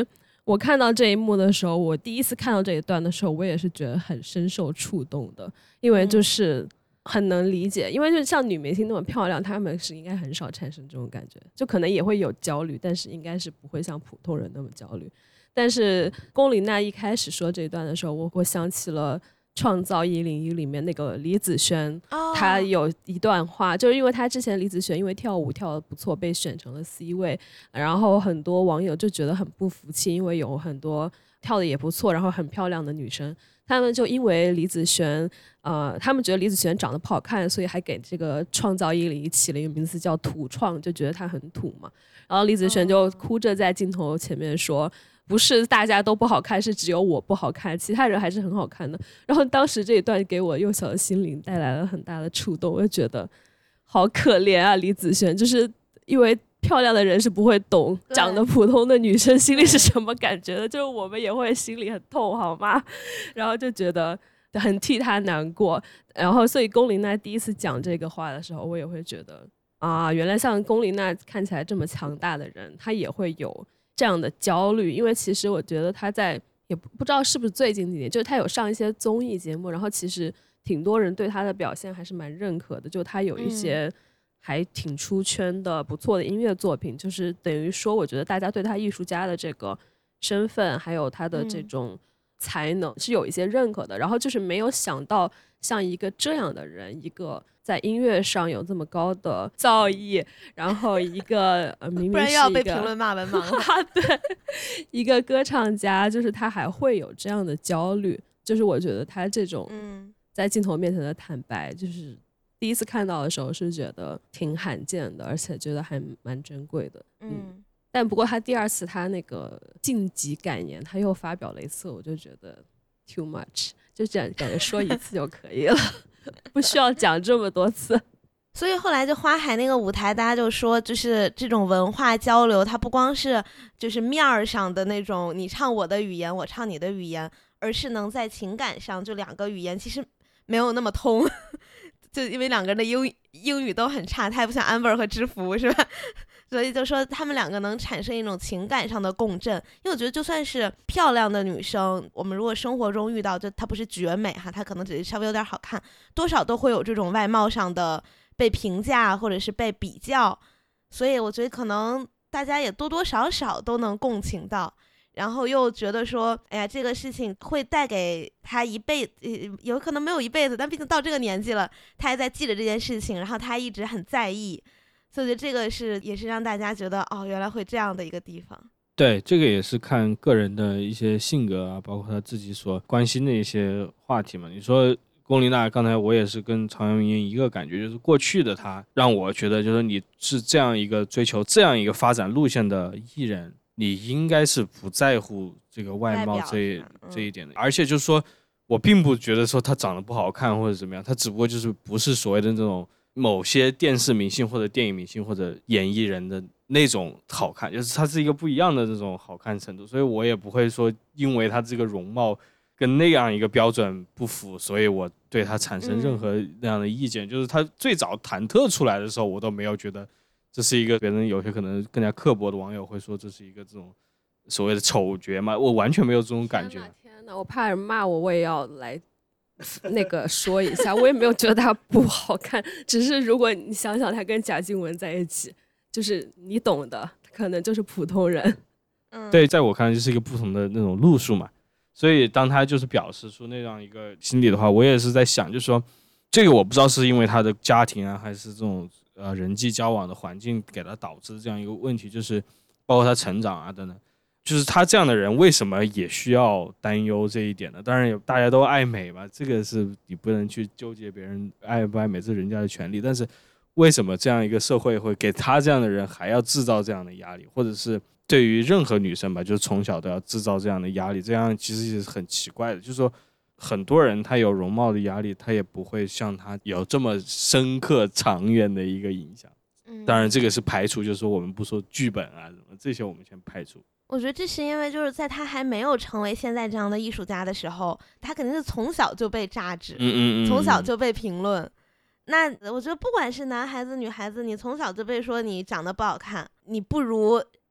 我看到这一幕的时候，我第一次看到这一段的时候，我也是觉得很深受触动的，因为就是很能理解，因为就像女明星那么漂亮，她们是应该很少产生这种感觉，就可能也会有焦虑，但是应该是不会像普通人那么焦虑。但是龚琳娜一开始说这一段的时候，我我想起了创造一零一里面那个李子璇，她、oh. 有一段话，就是因为她之前李子璇因为跳舞跳得不错被选成了 C 位，然后很多网友就觉得很不服气，因为有很多跳得也不错然后很漂亮的女生，他们就因为李子璇呃，他们觉得李子璇长得不好看，所以还给这个创造一零一起了一个名字叫土创，就觉得她很土嘛。然后李子璇就哭着在镜头前面说，不是大家都不好看，是只有我不好看，其他人还是很好看的。然后当时这一段给我幼小的心灵带来了很大的触动，我就觉得好可怜啊，李子璇，就是因为漂亮的人是不会懂长得普通的女生心里是什么感觉的，就是我们也会心里很痛好吗？然后就觉得很替她难过。然后所以龚琳娜第一次讲这个话的时候，我也会觉得啊，原来像龚琳娜看起来这么强大的人，她也会有这样的焦虑。因为其实我觉得她在也不不知道是不是最近几年，就是她有上一些综艺节目，然后其实挺多人对她的表现还是蛮认可的，就她有一些还挺出圈的不错的音乐作品，就是等于说我觉得大家对她艺术家的这个身份还有她的这种才能是有一些认可的。然后就是没有想到像一个这样的人，一个在音乐上有这么高的造诣，然后一个、呃、明明是一个不然要被评论骂文盲了对，一个歌唱家，就是他还会有这样的焦虑，就是我觉得他这种在镜头面前的坦白，就是第一次看到的时候是觉得挺罕见的，而且觉得还蛮珍贵的。嗯，嗯但不过他第二次他那个晋级感言他又发表了一次，我就觉得 too much， 就这样感觉说一次就可以了不需要讲这么多次。 所以后来就花海那个舞台，大家就说就是这种文化交流，它不光是就是面儿上的那种你唱我的语言我唱你的语言，而是能在情感上就两个语言其实没有那么通就因为两个人的英英语都很差，他也不像 Amber 和知福是吧，所以就说他们两个能产生一种情感上的共振。因为我觉得就算是漂亮的女生，我们如果生活中遇到，就她不是绝美哈，她可能只是稍微有点好看，多少都会有这种外貌上的被评价或者是被比较，所以我觉得可能大家也多多少少都能共情到，然后又觉得说哎呀这个事情会带给他一辈子，有可能没有一辈子，但毕竟到这个年纪了他还在记着这件事情，然后他一直很在意，所以我觉得这个是也是让大家觉得哦原来会这样的一个地方。 对，这个也是看个人的一些性格啊，包括他自己所关心的一些话题嘛。你说龚琳娜刚才我也是跟曹阳明一个感觉，就是过去的他让我觉得就是你是这样一个追求这样一个发展路线的艺人，你应该是不在乎这个外貌这一、嗯、这一点的。而且就是说我并不觉得说他长得不好看或者怎么样，他只不过就是不是所谓的那种某些电视明星或者电影明星或者演艺人的那种好看，就是他是一个不一样的这种好看程度，所以我也不会说因为他这个容貌跟那样一个标准不符，所以我对他产生任何那样的意见、嗯、就是他最早忐忑出来的时候我都没有觉得这是一个，别人有些可能更加刻薄的网友会说这是一个这种所谓的丑角嘛，我完全没有这种感觉。 天哪天哪，我怕人骂我我也要来那个说一下我也没有觉得他不好看，只是如果你想想他跟贾静雯在一起，就是你懂的，可能就是普通人。 嗯，对，在我看来就是一个不同的那种路数嘛。所以当他就是表示出那样一个心理的话，我也是在想，就是说这个我不知道是因为他的家庭啊，还是这种呃人际交往的环境给他导致这样一个问题，就是包括他成长啊等等，就是他这样的人为什么也需要担忧这一点呢？当然有，大家都爱美嘛，这个是你不能去纠结别人爱不爱美，这是人家的权利，但是为什么这样一个社会会给他这样的人还要制造这样的压力，或者是对于任何女生吧，就是从小都要制造这样的压力，这样其实也是很奇怪的。就是说很多人他有容貌的压力，他也不会像他有这么深刻长远的一个影响。当然这个是排除，就是说我们不说剧本啊什么这些我们先排除。 我觉得这是因为就是在他还没有成为现在这样的艺术家的时候，他肯定是从小就被榨汁，嗯嗯嗯，从小就被评论。那我觉得不管是男孩子女孩子，你从小就被说你长得不好看，你不如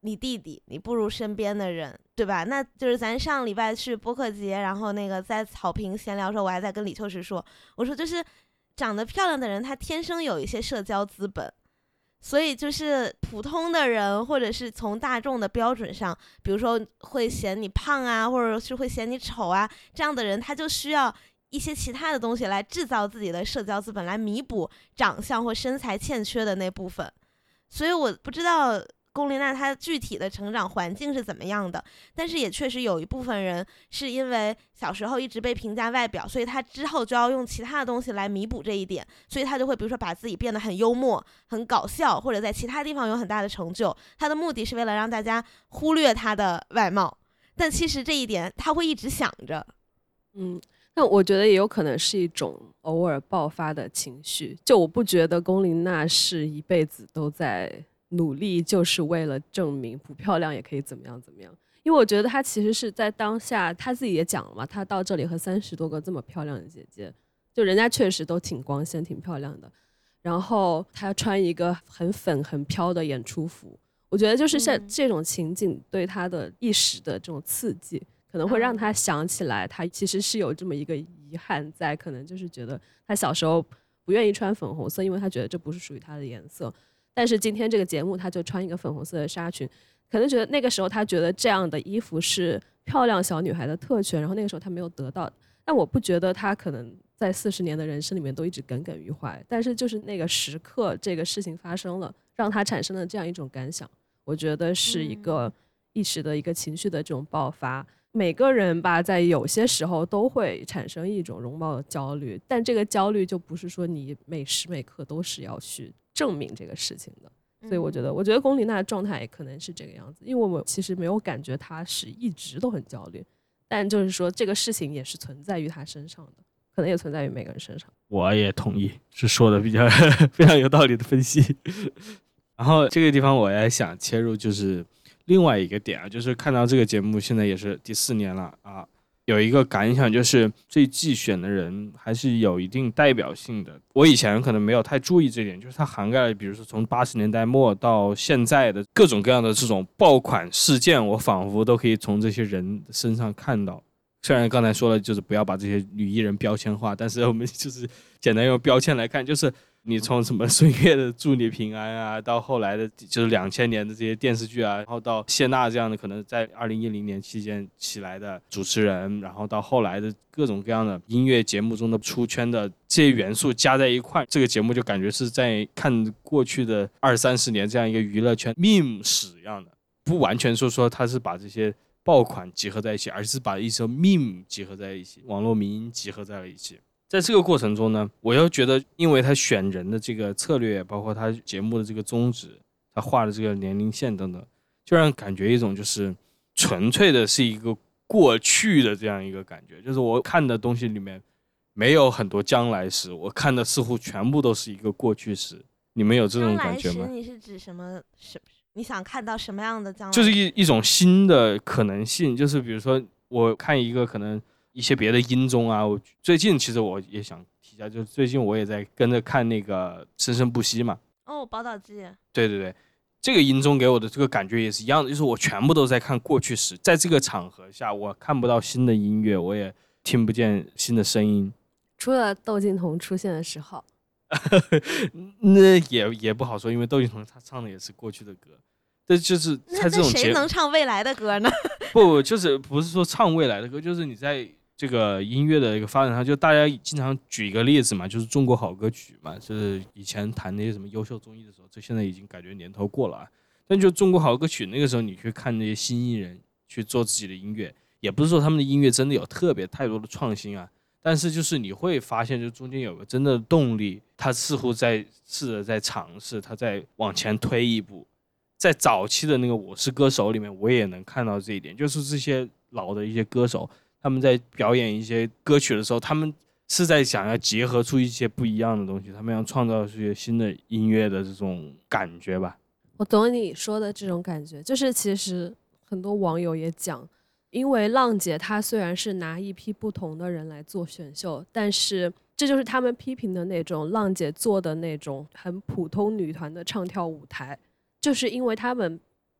你弟弟，你不如身边的人，对吧？那就是咱上礼拜去播客节，然后那个在草坪闲聊的时候，我还在跟李秋实说，我说就是长得漂亮的人，他天生有一些社交资本。所以就是普通的人，或者是从大众的标准上，比如说会嫌你胖啊，或者是会嫌你丑啊，这样的人他就需要一些其他的东西来制造自己的社交资本，来弥补长相或身材欠缺的那部分。所以我不知道龚琳娜她具体的成长环境是怎么样的，但是也确实有一部分人是因为小时候一直被评价外表，所以他之后就要用其他的东西来弥补这一点，所以他就会比如说把自己变得很幽默很搞笑，或者在其他地方有很大的成就，他的目的是为了让大家忽略他的外貌，但其实这一点他会一直想着。 嗯，那我觉得也有可能是一种偶尔爆发的情绪，就我不觉得龚琳娜是一辈子都在努力就是为了证明不漂亮也可以怎么样怎么样，因为我觉得她其实是在当下，她自己也讲了嘛，她到这里和三十多个这么漂亮的姐姐，就人家确实都挺光鲜挺漂亮的，然后她穿一个很粉很飘的演出服，我觉得就是像这种情景对她的一时的这种刺激，可能会让她想起来她其实是有这么一个遗憾在，可能就是觉得她小时候不愿意穿粉红色，因为她觉得这不是属于她的颜色，但是今天这个节目她就穿一个粉红色的纱裙，可能觉得那个时候她觉得这样的衣服是漂亮小女孩的特权，然后那个时候她没有得到，但我不觉得她可能在四十年的人生里面都一直耿耿于怀，但是就是那个时刻这个事情发生了，让她产生了这样一种感想，我觉得是一个一时的一个情绪的这种爆发。每个人吧在有些时候都会产生一种容貌的焦虑，但这个焦虑就不是说你每时每刻都是要去证明这个事情的，所以我觉得我觉得龚琳娜的状态也可能是这个样子，因为我其实没有感觉她是一直都很焦虑，但就是说这个事情也是存在于她身上的，可能也存在于每个人身上。 我也同意，是说的比较非常有道理的分析。然后这个地方我也想切入，就是另外一个点啊，就是看到这个节目现在也是第四年了啊，有一个感想，就是这一季选的人还是有一定代表性的。我以前可能没有太注意这点，就是它涵盖了比如说从八十年代末到现在的各种各样的这种爆款事件，我仿佛都可以从这些人身上看到。虽然刚才说了就是不要把这些女艺人标签化，但是我们就是简单用标签来看，就是你从什么孙悦的祝你平安啊，到后来的就是两千年的这些电视剧啊，然后到谢娜这样的可能在二零一零年期间起来的主持人，然后到后来的各种各样的音乐节目中的出圈的这些元素加在一块，这个节目就感觉是在看过去的二三十年这样一个娱乐圈 meme 史一样的，不完全说说它是把这些爆款集合在一起，而是把一些 meme 集合在一起，网络民音集合在了一起。在这个过程中呢，我又觉得因为他选人的这个策略，包括他节目的这个宗旨，他画的这个年龄线等等，就让人感觉一种就是纯粹的是一个过去的这样一个感觉，就是我看的东西里面没有很多将来时，我看的似乎全部都是一个过去时。你们有这种感觉吗？ 将来时你是指什么？什你想看到什么样的将来？ 就是一一种新的可能性，就是比如说我看一个可能一些别的音综啊，我最近其实我也想提一下，就是最近我也在跟着看那个《生生不息》嘛。 哦，宝岛记。 对对对，这个音综给我的这个感觉也是一样的，就是我全部都在看过去时，在这个场合下，我看不到新的音乐，我也听不见新的声音， 除了窦靖童出现的时候。 那也也不好说，因为窦靖童他唱的也是过去的歌，这就是他这种谁能唱未来的歌呢？ 不不，就是不是说唱未来的歌，就是你在这个音乐的一个发展上，就大家经常举一个例子嘛，就是中国好歌曲嘛，就是以前谈那些什么优秀综艺的时候，这现在已经感觉年头过了啊。但就中国好歌曲那个时候，你去看那些新艺人去做自己的音乐，也不是说他们的音乐真的有特别太多的创新啊，但是就是你会发现，就中间有个真的动力，他似乎在试着在尝试，他在往前推一步。在早期的那个《我是歌手》里面，我也能看到这一点，就是这些老的一些歌手，他们在表演一些歌曲的时候，他们是在想要结合出一些不一样的东西，他们要创造出一些新的音乐的这种感觉吧。 我懂你说的这种感觉，就是其实很多网友也讲，因为浪姐她虽然是拿一批不同的人来做选秀，但是这就是他们批评的那种浪姐做的那种很普通女团的唱跳舞台，就是因为他们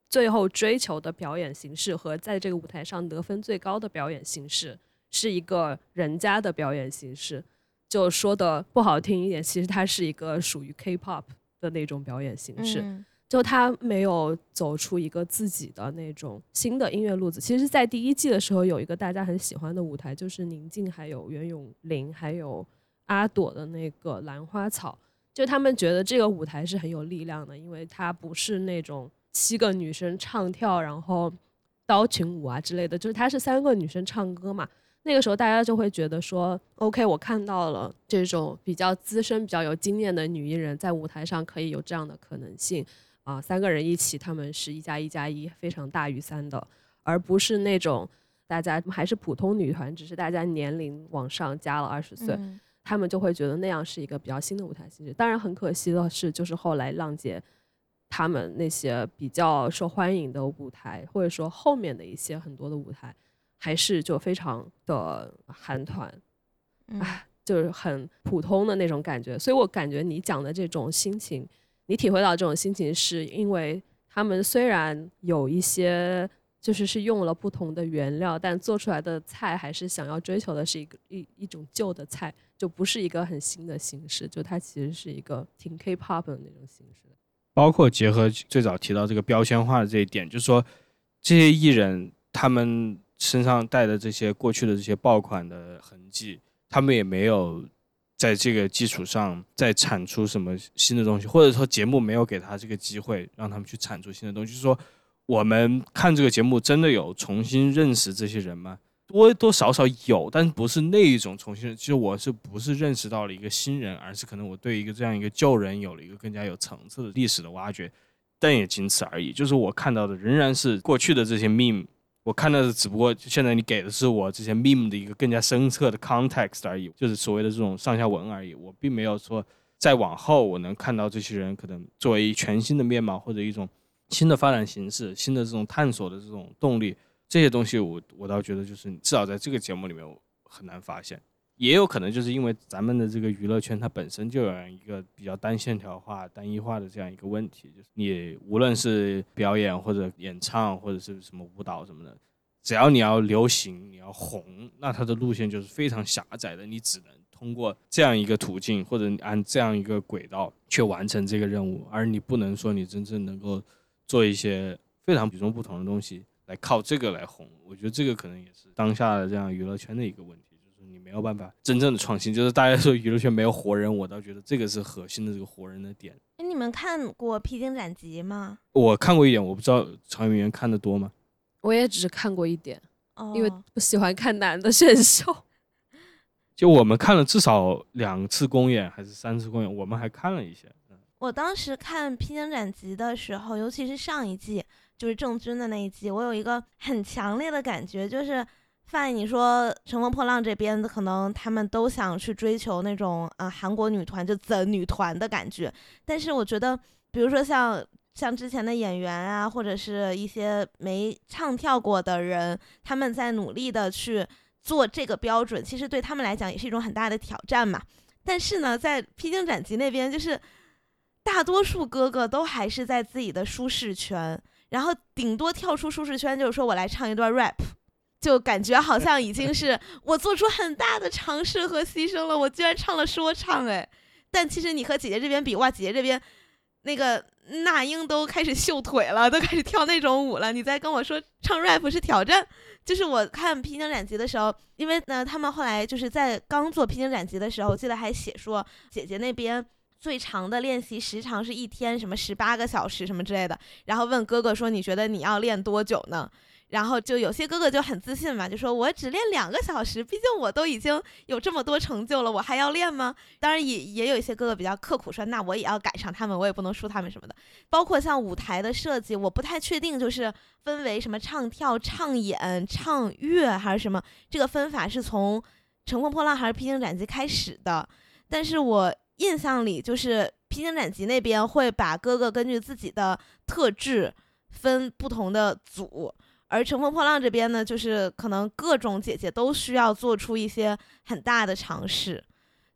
最后追求的表演形式和在这个舞台上得分最高的表演形式是一个人家的表演形式，就说的不好听一点，其实它是一个属于 K-pop 的那种表演形式、嗯、就他没有走出一个自己的那种新的音乐路子。其实在第一季的时候有一个大家很喜欢的舞台，就是宁静还有袁咏琳还有阿朵的那个兰花草，就他们觉得这个舞台是很有力量的，因为它不是那种七个女生唱跳然后刀群舞啊之类的，就是它是三个女生唱歌嘛。那个时候大家就会觉得说 OK 我看到了这种比较资深比较有经验的女艺人在舞台上可以有这样的可能性啊、呃，三个人一起他们是一加一加一非常大于三的，而不是那种大家还是普通女团，只是大家年龄往上加了二十岁、嗯，他们就会觉得那样是一个比较新的舞台形式。当然很可惜的是，就是后来浪姐他们那些比较受欢迎的舞台，或者说后面的一些很多的舞台还是就非常的韩团、嗯、就是很普通的那种感觉。所以我感觉你讲的这种心情，你体会到这种心情是因为他们虽然有一些就是是用了不同的原料，但做出来的菜还是想要追求的是一个 一, 一种旧的菜，就不是一个很新的形式，就它其实是一个挺 K-pop 的那种形式。 包括结合最早提到这个标签化的这一点，就是说这些艺人他们身上带的这些过去的这些爆款的痕迹，他们也没有在这个基础上再产出什么新的东西，或者说节目没有给他这个机会让他们去产出新的东西。就是说我们看这个节目真的有重新认识这些人吗？多多少少有，但不是那一种重新认识。其实我是不是认识到了一个新人，而是可能我对一个这样一个旧人有了一个更加有层次的历史的挖掘，但也仅此而已。就是我看到的仍然是过去的这些 meme， 我看到的只不过现在你给的是我这些 meme 的一个更加深刻的 context 而已，就是所谓的这种上下文而已。我并没有说再往后我能看到这些人可能作为全新的面貌，或者一种新的发展形式，新的这种探索的这种动力，这些东西我我倒觉得就是至少在这个节目里面我很难发现。也有可能就是因为咱们的这个娱乐圈它本身就有一个比较单线条化单一化的这样一个问题，就是你无论是表演或者演唱或者是什么舞蹈什么的，只要你要流行你要红，那它的路线就是非常狭窄的，你只能通过这样一个途径或者按这样一个轨道去完成这个任务，而你不能说你真正能够做一些非常与众不同的东西来靠这个来红。我觉得这个可能也是当下的这样娱乐圈的一个问题，就是你没有办法真正的创新。就是大家说娱乐圈没有活人，我倒觉得这个是核心的这个活人的点。 你们看过《披荆斩棘》吗？ 我看过一点，我不知道常媛媛看得多吗？ 我也只看过一点、 哦、 因为不喜欢看男的选秀。 就我们看了至少两次公演还是三次公演，我们还看了一些。 我当时看《披荆斩棘》的时候，尤其是上一季就是郑钧的那一季，我有一个很强烈的感觉，就是范你说乘风破浪这边可能他们都想去追求那种呃韩国女团就the女团的感觉，但是我觉得比如说像像之前的演员啊，或者是一些没唱跳过的人，他们在努力的去做这个标准，其实对他们来讲也是一种很大的挑战嘛。但是呢在披荆斩棘那边，就是大多数哥哥都还是在自己的舒适圈，然后顶多跳出舒适圈就是说我来唱一段 rap， 就感觉好像已经是我做出很大的尝试和牺牲了，我居然唱了说唱哎。但其实你和姐姐这边比，哇，姐姐这边那个那英都开始秀腿了，都开始跳那种舞了，你再跟我说唱 rap 是挑战。就是我看披荆斩棘的时候，因为呢他们后来就是在刚做披荆斩棘的时候，我记得还写说姐姐那边最长的练习时长是一天什么十八个小时什么之类的，然后问哥哥说你觉得你要练多久呢？然后就有些哥哥就很自信嘛，就说我只练两个小时，毕竟我都已经有这么多成就了，我还要练吗？当然也也有一些哥哥比较刻苦说那我也要赶上他们，我也不能输他们什么的。包括像舞台的设计，我不太确定就是分为什么唱跳唱演唱乐还是什么，这个分法是从乘风破浪还是披荆斩棘开始的。但是我印象里就是披荆斩棘那边会把哥哥根据自己的特质分不同的组，而乘风破浪这边呢，就是可能各种姐姐都需要做出一些很大的尝试。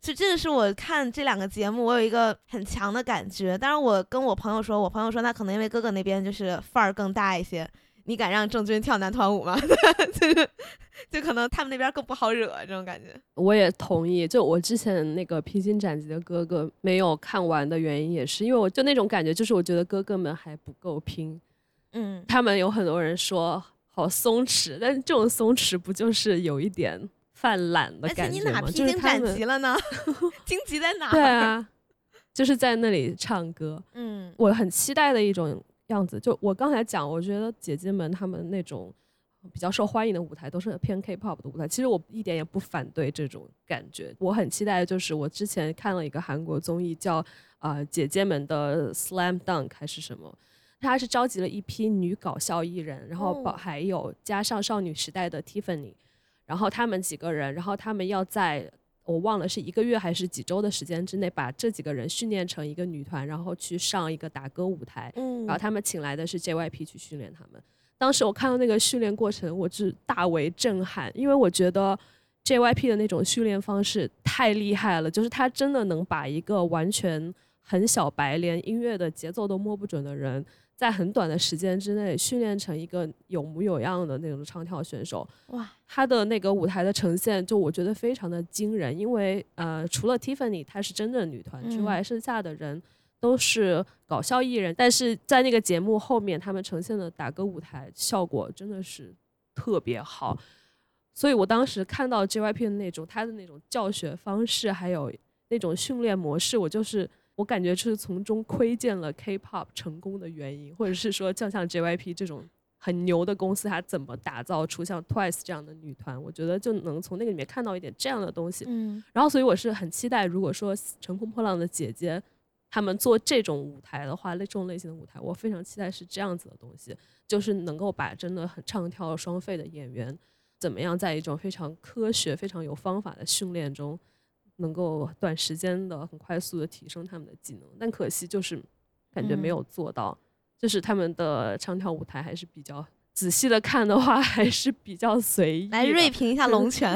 就这个是我看这两个节目我有一个很强的感觉。当然我跟我朋友说，我朋友说他可能因为哥哥那边就是范儿更大一些，你敢让郑钧跳男团舞吗？就是就可能他们那边更不好惹这种感觉。 我也同意，就我之前那个披荆斩棘的哥哥没有看完的原因也是因为我就那种感觉，就是我觉得哥哥们还不够拼。 嗯， 他们有很多人说好松弛，但是这种松弛不就是有一点犯懒的感觉吗？ 而且你哪披荆斩棘了呢？荆棘在哪？ 对啊，就是在那里唱歌。 嗯， 我很期待的一种样子，就我刚才讲，我觉得姐姐们她们那种比较受欢迎的舞台都是偏 K-pop 的舞台，其实我一点也不反对这种感觉。我很期待的就是我之前看了一个韩国综艺叫呃姐姐们的 Slam Dunk 还是什么，他是召集了一批女搞笑艺人，然后包还有加上少女时代的 Tiffany， 然后他们几个人，然后他们要在我忘了是一个月还是几周的时间之内把这几个人训练成一个女团，然后去上一个打歌舞台， 嗯， 然后他们请来的是 J Y P 去训练他们。当时我看到那个训练过程，我是大为震撼，因为我觉得 J Y P 的那种训练方式太厉害了，就是他真的能把一个完全很小白连音乐的节奏都摸不准的人在很短的时间之内训练成一个有模有样的那种唱跳选手。 哇， 他的那个舞台的呈现就我觉得非常的惊人，因为呃除了 Tiffany 她是真正的女团之外、嗯、剩下的人都是搞笑艺人，但是在那个节目后面他们呈现的打歌舞台效果真的是特别好，所以我当时看到 J Y P 的那种他的那种教学方式还有那种训练模式，我就是我感觉是从中窥见了 K-pop 成功的原因，或者是说就像 J Y P 这种很牛的公司它怎么打造出像 Twice 这样的女团，我觉得就能从那个里面看到一点这样的东西、嗯、然后所以我是很期待如果说乘风破浪的姐姐他们做这种舞台的话，这种类型的舞台我非常期待是这样子的东西，就是能够把真的很唱跳双废的演员怎么样在一种非常科学非常有方法的训练中能够短时间的很快速的提升他们的技能，但可惜就是感觉没有做到、嗯、就是他们的唱跳舞台还是比较仔细的看的话还是比较随意的。 来锐评一下龙泉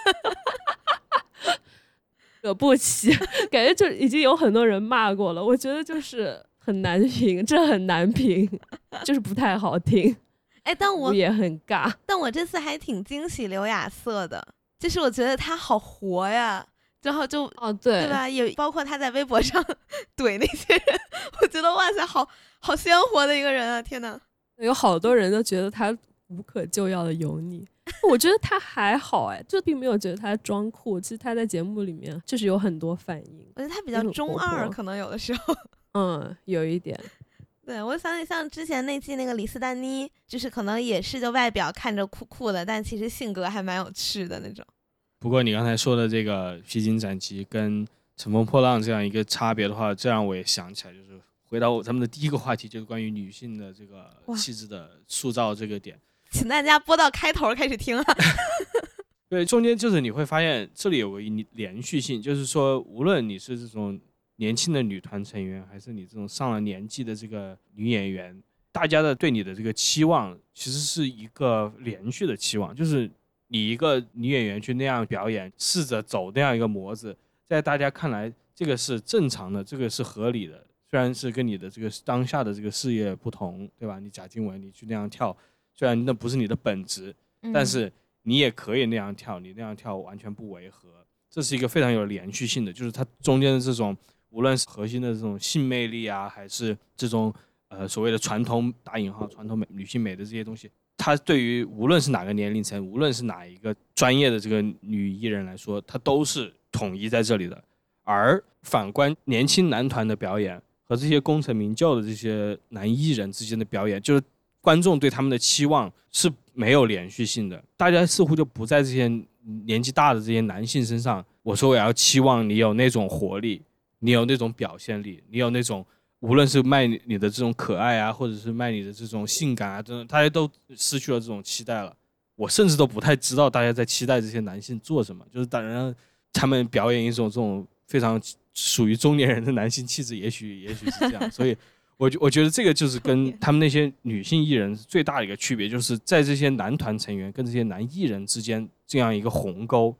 惹不起，感觉就已经有很多人骂过了，我觉得就是很难评，这很难评，就是不太好听。 哎，但我也很尬， 但我这次还挺惊喜刘亚瑟的，就是我觉得他好活呀，然后就哦对对吧，也包括他在微博上怼那些人，我觉得哇塞，好好鲜活的一个人啊！天哪， 有好多人都觉得他无可救药的油腻，我觉得他还好哎，就并没有觉得他装酷，其实他在节目里面就是有很多反应， 我觉得他比较中二，可能有的时候， 嗯，有一点。 对，我想起像之前那季那个李斯丹妮，就是可能也是就外表看着酷酷的，但其实性格还蛮有趣的那种。 不过你刚才说的这个披荆斩棘跟乘风破浪这样一个差别的话，这让我也想起来，就是回到咱们的第一个话题，就是关于女性的这个气质的塑造这个点， 请大家播到开头开始听啊。 对，中间就是你会发现这里有个连续性，就是说无论你是这种年轻的女团成员，还是你这种上了年纪的这个女演员，大家的对你的这个期望其实是一个连续的期望，就是你一个女演员去那样表演，试着走那样一个模子，在大家看来这个是正常的，这个是合理的，虽然是跟你的这个当下的这个事业不同，对吧？你贾静雯你去那样跳，虽然那不是你的本职、嗯、但是你也可以那样跳，你那样跳完全不违和，这是一个非常有连续性的，就是它中间的这种无论是核心的这种性魅力啊，还是这种呃所谓的传统打引号传统美女性美的这些东西，它对于无论是哪个年龄层，无论是哪一个专业的这个女艺人来说，它都是统一在这里的。而反观年轻男团的表演和这些功成名就的这些男艺人之间的表演，就是观众对他们的期望是没有连续性的，大家似乎就不在这些年纪大的这些男性身上，我说我要期望你有那种活力，你有那种表现力，你有那种无论是卖你的这种可爱啊，或者是卖你的这种性感啊，真的大家都失去了这种期待了。我甚至都不太知道大家在期待这些男性做什么，就是当然他们表演一种这种非常属于中年人的男性气质，也许也许是这样。所以我我觉得这个就是跟他们那些女性艺人最大的一个区别，就是在这些男团成员跟这些男艺人之间这样一个鸿沟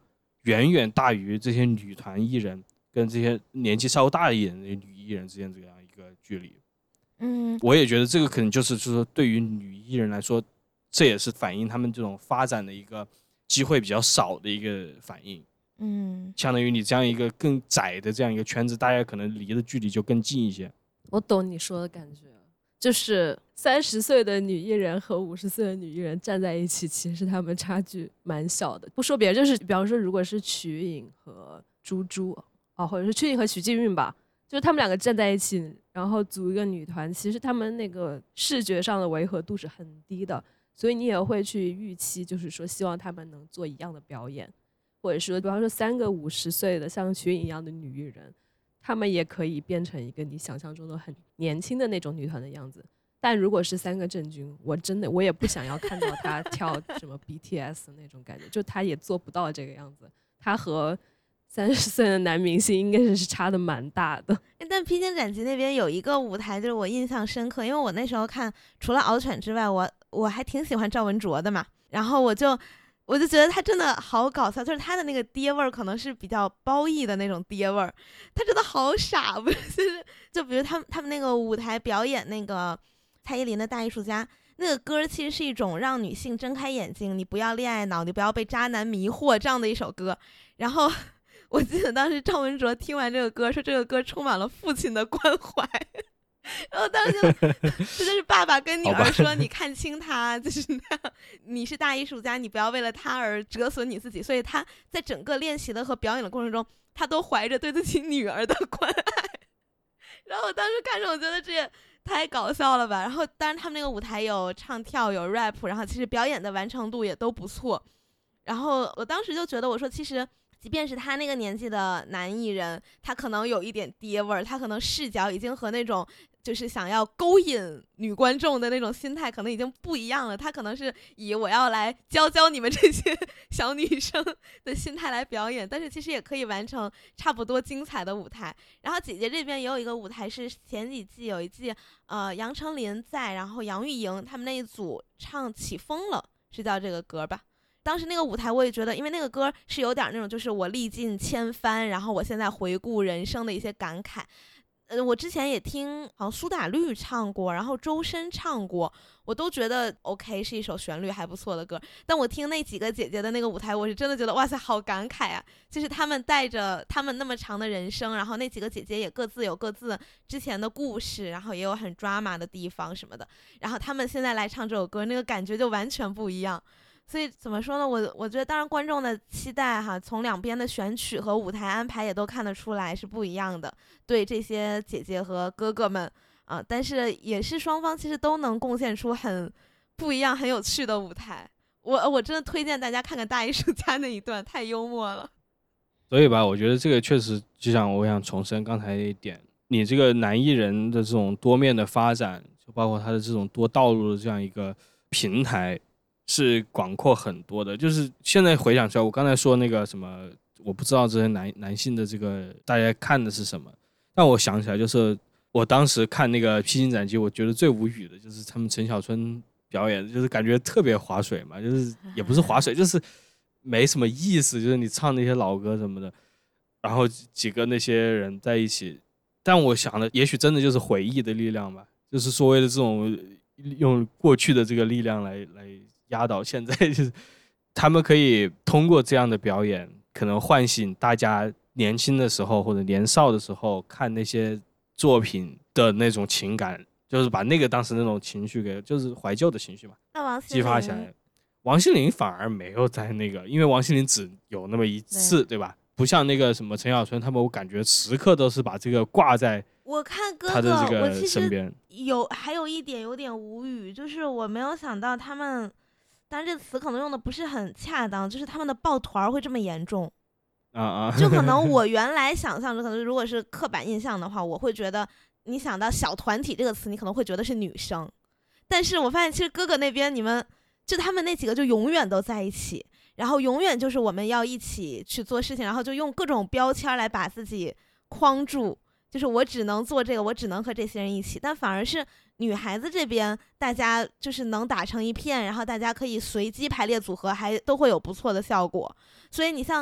远远大于这些女团艺人跟这些年纪稍大一点的女艺人之间这样一个距离。 嗯， 我也觉得这个可能就是就是说对于女艺人来说，这也是反映他们这种发展的一个机会比较少的一个反应。 嗯， 相当于你这样一个更窄的这样一个圈子，大家可能离的距离就更近一些。 我懂你说的感觉，就是三十岁的女艺人和五十岁的女艺人站在一起，其实他们差距蛮小的。不说别的，就是比方说，如果是瞿颖和朱珠哦，或者是瞿颖和许婧祎吧，就是他们两个站在一起，然后组一个女团，其实他们那个视觉上的违和度是很低的，所以你也会去预期，就是说希望他们能做一样的表演，或者说比方说三个五十岁的像瞿颖一样的女艺人，他们也可以变成一个你想象中的很年轻的那种女团的样子。但如果是三个郑钧，我真的我也不想要看到她跳什么 B T S 那种感觉，就她也做不到这个样子。她和三十岁的男明星应该是差的蛮大的。 但披荆斩棘那边有一个舞台，就是我印象深刻，因为我那时候看，除了敖犬之外，我我还挺喜欢赵文卓的嘛。然后我就我就觉得他真的好搞笑，就是他的那个爹味儿可能是比较褒义的那种爹味儿，他真的好傻，不是？就是就比如他们他们那个舞台表演那个蔡依林的《大艺术家》。那个歌其实是一种让女性睁开眼睛，你不要恋爱脑，你不要被渣男迷惑这样的一首歌。然后我记得当时赵文卓听完这个歌，说这个歌充满了父亲的关怀，然后当时就这就是爸爸跟女儿说你看清他，就是那样，你是大艺术家，你不要为了他而折损你自己。所以他在整个练习的和表演的过程中，他都怀着对自己女儿的关爱。然后我当时看着，我觉得这也太搞笑了吧。然后当然他们那个舞台有唱跳有 rap， 然后其实表演的完成度也都不错。然后我当时就觉得，我说其实即便是他那个年纪的男艺人，他可能有一点爹味儿，他可能视角已经和那种就是想要勾引女观众的那种心态可能已经不一样了。他可能是以我要来教教你们这些小女生的心态来表演，但是其实也可以完成差不多精彩的舞台。然后姐姐这边也有一个舞台，是前几季有一季呃杨丞琳在，然后杨钰莹他们那一组唱起风了，是叫这个歌吧。当时那个舞台我也觉得，因为那个歌是有点那种就是我历尽千帆，然后我现在回顾人生的一些感慨。呃，我之前也听好像苏打绿唱过，然后周深唱过，我都觉得 OK， 是一首旋律还不错的歌。但我听那几个姐姐的那个舞台，我是真的觉得哇塞，好感慨啊！就是他们带着他们那么长的人生，然后那几个姐姐也各自有各自之前的故事，然后也有很 drama 的地方什么的。然后他们现在来唱这首歌，那个感觉就完全不一样。所以怎么说呢，我我觉得当然观众的期待哈，从两边的选曲和舞台安排也都看得出来是不一样的，对这些姐姐和哥哥们啊、呃，但是也是双方其实都能贡献出很不一样很有趣的舞台。我我真的推荐大家看看大艺术家那一段，太幽默了。 所以吧，我觉得这个确实就像我想重申刚才那一点，你这个男艺人的这种多面的发展，就包括他的这种多道路的这样一个平台是广阔很多的。就是现在回想出来，我刚才说那个什么，我不知道这些男男性的这个大家看的是什么，但我想起来，就是我当时看那个《披荆斩棘》，我觉得最无语的就是他们陈小春表演，就是感觉特别划水嘛，就是也不是划水，就是没什么意思，就是你唱那些老歌什么的，然后几个那些人在一起，但我想的也许真的就是回忆的力量吧，就是所谓的这种用过去的这个力量来来压倒现在，就是他们可以通过这样的表演，可能唤醒大家年轻的时候或者年少的时候看那些作品的那种情感，就是把那个当时那种情绪给，就是怀旧的情绪嘛， 那王心凌激发起来。王心凌反而没有在那个，因为王心凌只有那么一次， 对, 对吧？不像那个什么陈小春他们，我感觉时刻都是把这个挂在我看哥哥他的这个身边。 有还有一点有点无语，就是我没有想到他们，当然这个词可能用的不是很恰当，就是他们的抱团会这么严重。 啊啊！ 就可能我原来想象中，可能如果是刻板印象的话，我会觉得你想到小团体这个词，你可能会觉得是女生，但是我发现其实哥哥那边你们就他们那几个就永远都在一起，然后永远就是我们要一起去做事情，然后就用各种标签来把自己框住，就是我只能做这个，我只能和这些人一起。但反而是女孩子这边，大家就是能打成一片，然后大家可以随机排列组合，还都会有不错的效果。所以你像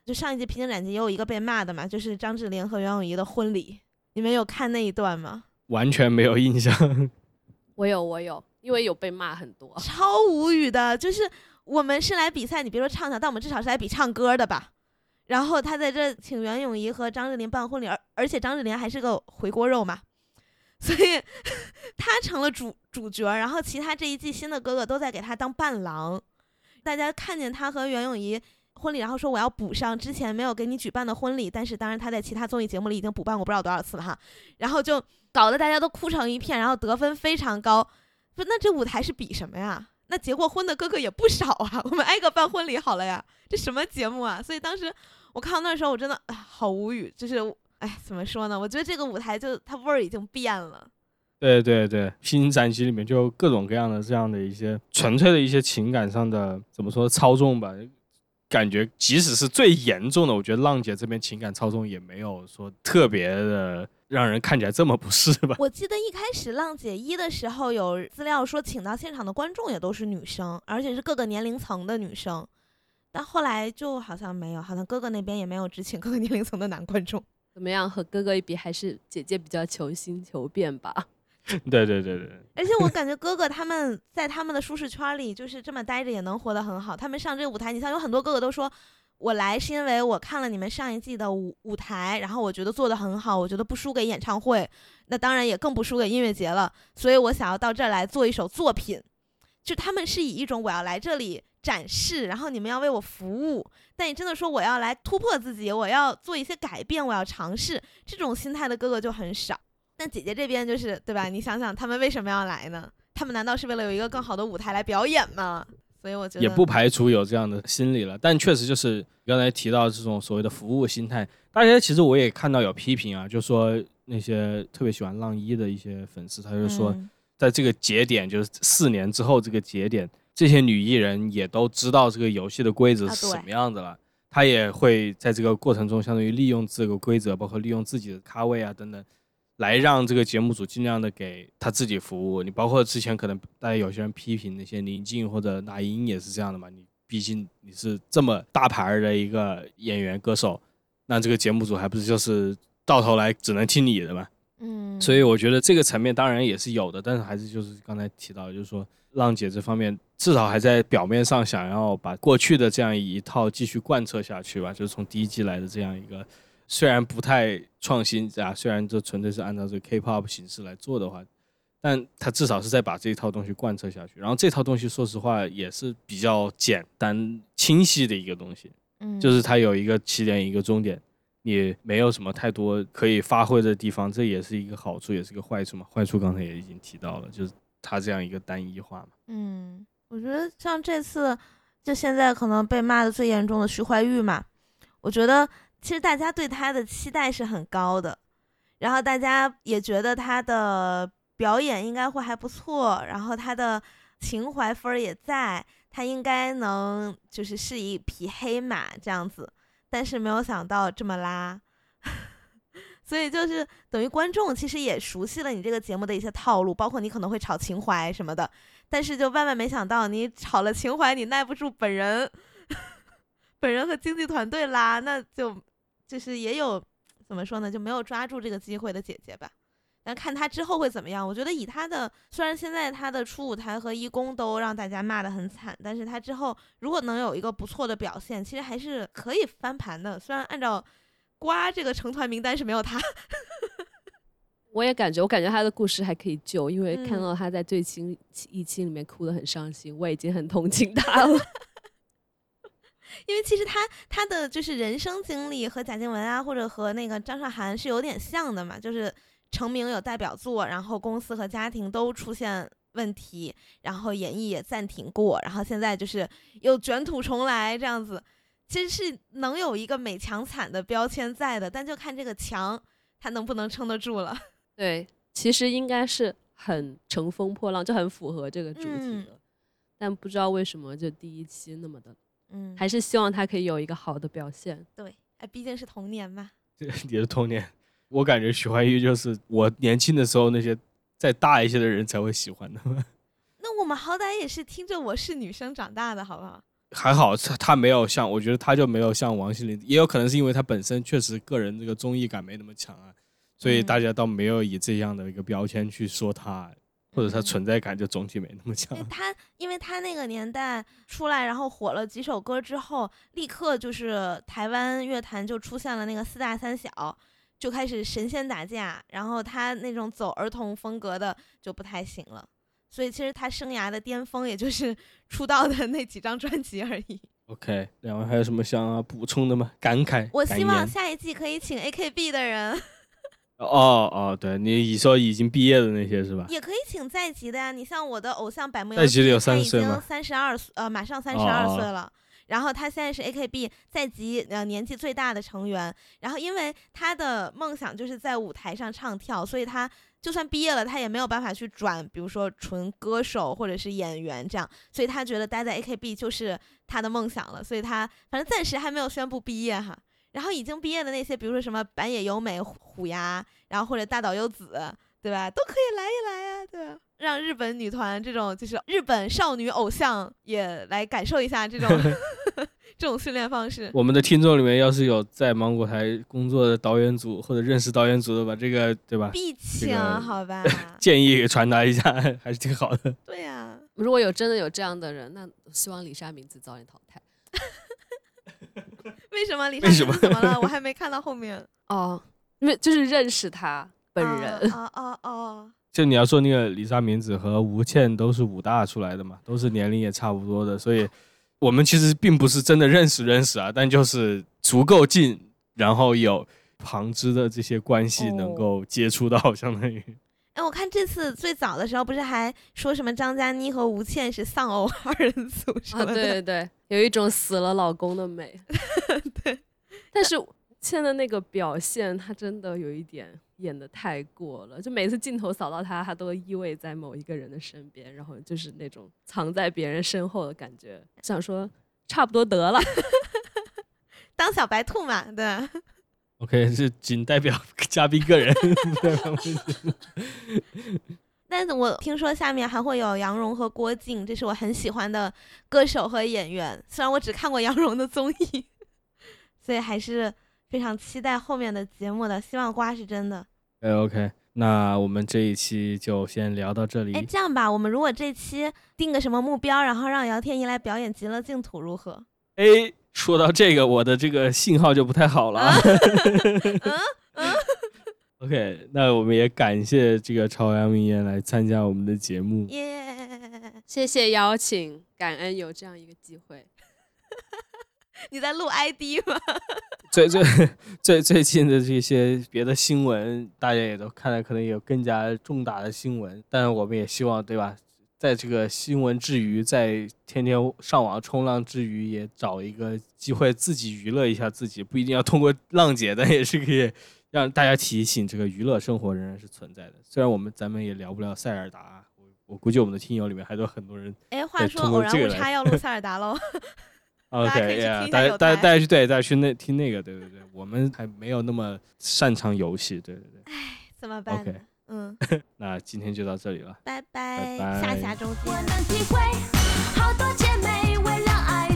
就上一季《披荆斩棘》也有一个被骂的嘛，就是张智霖和袁咏仪的婚礼，你们有看那一段吗？ 完全没有印象。 我有我有，因为有被骂很多， 超无语的。就是我们是来比赛，你别说唱唱，但我们至少是来比唱歌的吧。然后他在这请袁咏仪和张智霖办婚礼，而而且张智霖还是个回锅肉嘛，所以他成了主主角，然后其他这一季新的哥哥都在给他当伴郎。大家看见他和袁咏仪婚礼，然后说我要补上之前没有给你举办的婚礼，但是当然他在其他综艺节目里已经补办过不知道多少次了哈，然后就搞得大家都哭成一片，然后得分非常高。不，那这舞台是比什么呀？那结过婚的哥哥也不少啊，我们挨个办婚礼好了呀，这什么节目啊？所以当时我看到那时候我真的哎好无语，就是哎怎么说呢？我觉得这个舞台就它味儿已经变了。 对对对，披荆斩棘里面就有各种各样的这样的一些纯粹的一些情感上的怎么说操纵吧，感觉即使是最严重的，我觉得浪姐这边情感操纵也没有说特别的让人看起来这么不适吧。 我记得一开始浪姐一的时候有资料说请到现场的观众也都是女生，而且是各个年龄层的女生，但后来就好像没有，好像哥哥那边也没有只请各个年龄层的男观众。 怎么样？和哥哥一比，还是姐姐比较求新求变吧。 对对对对， 而且我感觉哥哥他们在他们的舒适圈里就是这么待着也能活得很好。他们上这个舞台，你像有很多哥哥都说我来是因为我看了你们上一季的舞舞台，然后我觉得做得很好，我觉得不输给演唱会，那当然也更不输给音乐节了，所以我想要到这儿来做一首作品。就他们是以一种我要来这里展示，然后你们要为我服务，但你真的说我要来突破自己，我要做一些改变，我要尝试，这种心态的哥哥就很少。但姐姐这边就是对吧，你想想他们为什么要来呢？他们难道是为了有一个更好的舞台来表演吗？所以我觉得也不排除有这样的心理了，但确实就是刚才提到这种所谓的服务心态，大家其实我也看到有批评啊，就说那些特别喜欢浪一的一些粉丝，他就说在这个节点，就是四年之后这个节点，这些女艺人也都知道这个游戏的规则是什么样子了，啊，他也会在这个过程中相当于利用这个规则，包括利用自己的咖位啊等等，来让这个节目组尽量的给他自己服务。你包括之前可能大家有些人批评那些宁静或者那英也是这样的嘛，你毕竟你是这么大牌的一个演员歌手，那这个节目组还不是就是到头来只能听你的嘛。嗯，所以我觉得这个层面当然也是有的，但是还是就是刚才提到，就是说浪姐这方面至少还在表面上想要把过去的这样一套继续贯彻下去吧，就是从第一季来的这样一个虽然不太创新啊，虽然这纯粹是按照这个 K-pop 形式来做的话，但他至少是在把这一套东西贯彻下去。然后这套东西说实话也是比较简单清晰的一个东西，嗯，就是它有一个起点一个终点，也没有什么太多可以发挥的地方，这也是一个好处也是一个坏处嘛。坏处刚才也已经提到了，就是它这样一个单一化嘛。 嗯，我觉得像这次就现在可能被骂的最严重的徐怀钰嘛，我觉得其实大家对他的期待是很高的，然后大家也觉得他的表演应该会还不错，然后他的情怀分也在，他应该能就是是一匹黑马这样子，但是没有想到这么拉所以就是等于观众其实也熟悉了你这个节目的一些套路，包括你可能会炒情怀什么的，但是就万万没想到你炒了情怀你耐不住本人本人和经纪团队拉，那就就是也有怎么说呢，就没有抓住这个机会的姐姐吧。但看他之后会怎么样，我觉得以他的虽然现在他的初舞台和一公都让大家骂得很惨，但是他之后如果能有一个不错的表现，其实还是可以翻盘的，虽然按照瓜这个成团名单是没有他我也感觉我感觉他的故事还可以救，因为看到他在最新一期里面哭得很伤心，我已经很同情他了因为其实他他的就是人生经历和贾静雯啊，或者和那个张韶涵是有点像的嘛，就是成名有代表作，然后公司和家庭都出现问题，然后演艺也暂停过，然后现在就是又卷土重来这样子，其实是能有一个美强惨的标签在的，但就看这个强他能不能撑得住了。 对，其实应该是很乘风破浪，就很符合这个主题的、嗯、但不知道为什么就第一期那么的嗯，还是希望他可以有一个好的表现。 对，哎，毕竟是童年嘛。 也是童年，我感觉徐怀钰就是我年轻的时候那些再大一些的人才会喜欢的。 那我们好歹也是听着《我是女生》长大的，好不好？ 还好他他没有像，我觉得他就没有像王心凌，也有可能是因为他本身确实个人这个综艺感没那么强啊，所以大家倒没有以这样的一个标签去说他，或者他存在感就总体没那么强。 他因为他那个年代出来，然后火了几首歌之后，立刻就是台湾乐坛就出现了那个四大三小，就开始神仙打架，然后他那种走儿童风格的就不太行了。所以其实他生涯的巅峰也就是出道的那几张专辑而已。 OK， 两位还有什么想要补充的吗？感慨？ 我希望下一季可以请 A K B 的人。 哦哦，对，你说已经毕业的那些是吧？ 也可以请在籍的呀。你像我的偶像百慕在籍的有三十岁吗？ 他已经三十二岁，呃，马上三十二岁了。哦哦然后他现在是 A K B 在籍呃年纪最大的成员，然后因为他的梦想就是在舞台上唱跳，所以他就算毕业了，他也没有办法去转，比如说纯歌手或者是演员这样，所以他觉得待在 A K B 就是他的梦想了，所以他反正暂时还没有宣布毕业哈。然后已经毕业的那些，比如说什么板野友美、虎牙，然后或者大岛优子，对吧？都可以来一来啊，对吧？让日本女团这种就是日本少女偶像也来感受一下这种这种训练方式。 我们的听众里面要是有在芒果台工作的导演组或者认识导演组的，把这个对吧？ 必请、这个、好吧？ 建议给传达一下，还是挺好的。 对呀、啊， 如果有真的有这样的人，那希望李莎名字早点淘汰。 为什么李莎名字怎么了？我还没看到后面。 哦，因为就是认识他本人。 哦哦哦。 就你要说那个李莎明子和吴倩都是武大出来的嘛，都是年龄也差不多的，所以我们其实并不是真的认识认识啊，但就是足够近，然后有旁支的这些关系能够接触到，相当于。 哎，我看这次最早的时候不是还说什么张嘉倪和吴倩是丧偶二人组什么的？ 啊，对对对，有一种死了老公的美。 对， 但是倩的那个表现，她真的有一点演得太过了，就每次镜头扫到她，她都依偎在某一个人的身边，然后就是那种藏在别人身后的感觉，想说差不多得了， 当小白兔嘛，对。 OK， 是仅代表嘉宾个人。 但是我听说下面还会有杨蓉和郭靖，这是我很喜欢的歌手和演员。虽然我只看过杨蓉的综艺，所以还是非常期待后面的节目的。希望瓜是真的。 哎 OK， 那我们这一期就先聊到这里。 哎，这样吧，我们如果这期定个什么目标，然后让姚天一来表演极乐净土，如何？ 哎。说到这个，我的这个信号就不太好了。啊、 嗯嗯 OK， 那我们也感谢这个朝阳名言来参加我们的节目。 耶、 yeah ，谢谢邀请，感恩有这样一个机会。 你在录 I D 吗？ 最最最最近的这些别的新闻，大家也都看了，可能有更加重大的新闻，但我们也希望，对吧？在这个新闻之余，在天天上网冲浪之余，也找一个机会自己娱乐一下自己，不一定要通过浪姐，但也是可以让大家提醒这个娱乐生活仍然是存在的。虽然我们咱们也聊不了塞尔达，我我估计我们的听友里面还有很多人。 哎，话说偶然误差要录塞尔达喽。 OK， yeah, 大家大家大家去对，大家去那听那个，对对对，我们还没有那么擅长游戏，对对对。 哎，怎么办 ？OK。 嗯， 那今天就到这里了， 拜拜， 拜拜， 下下周见。 我能体会，好多姐妹为了爱。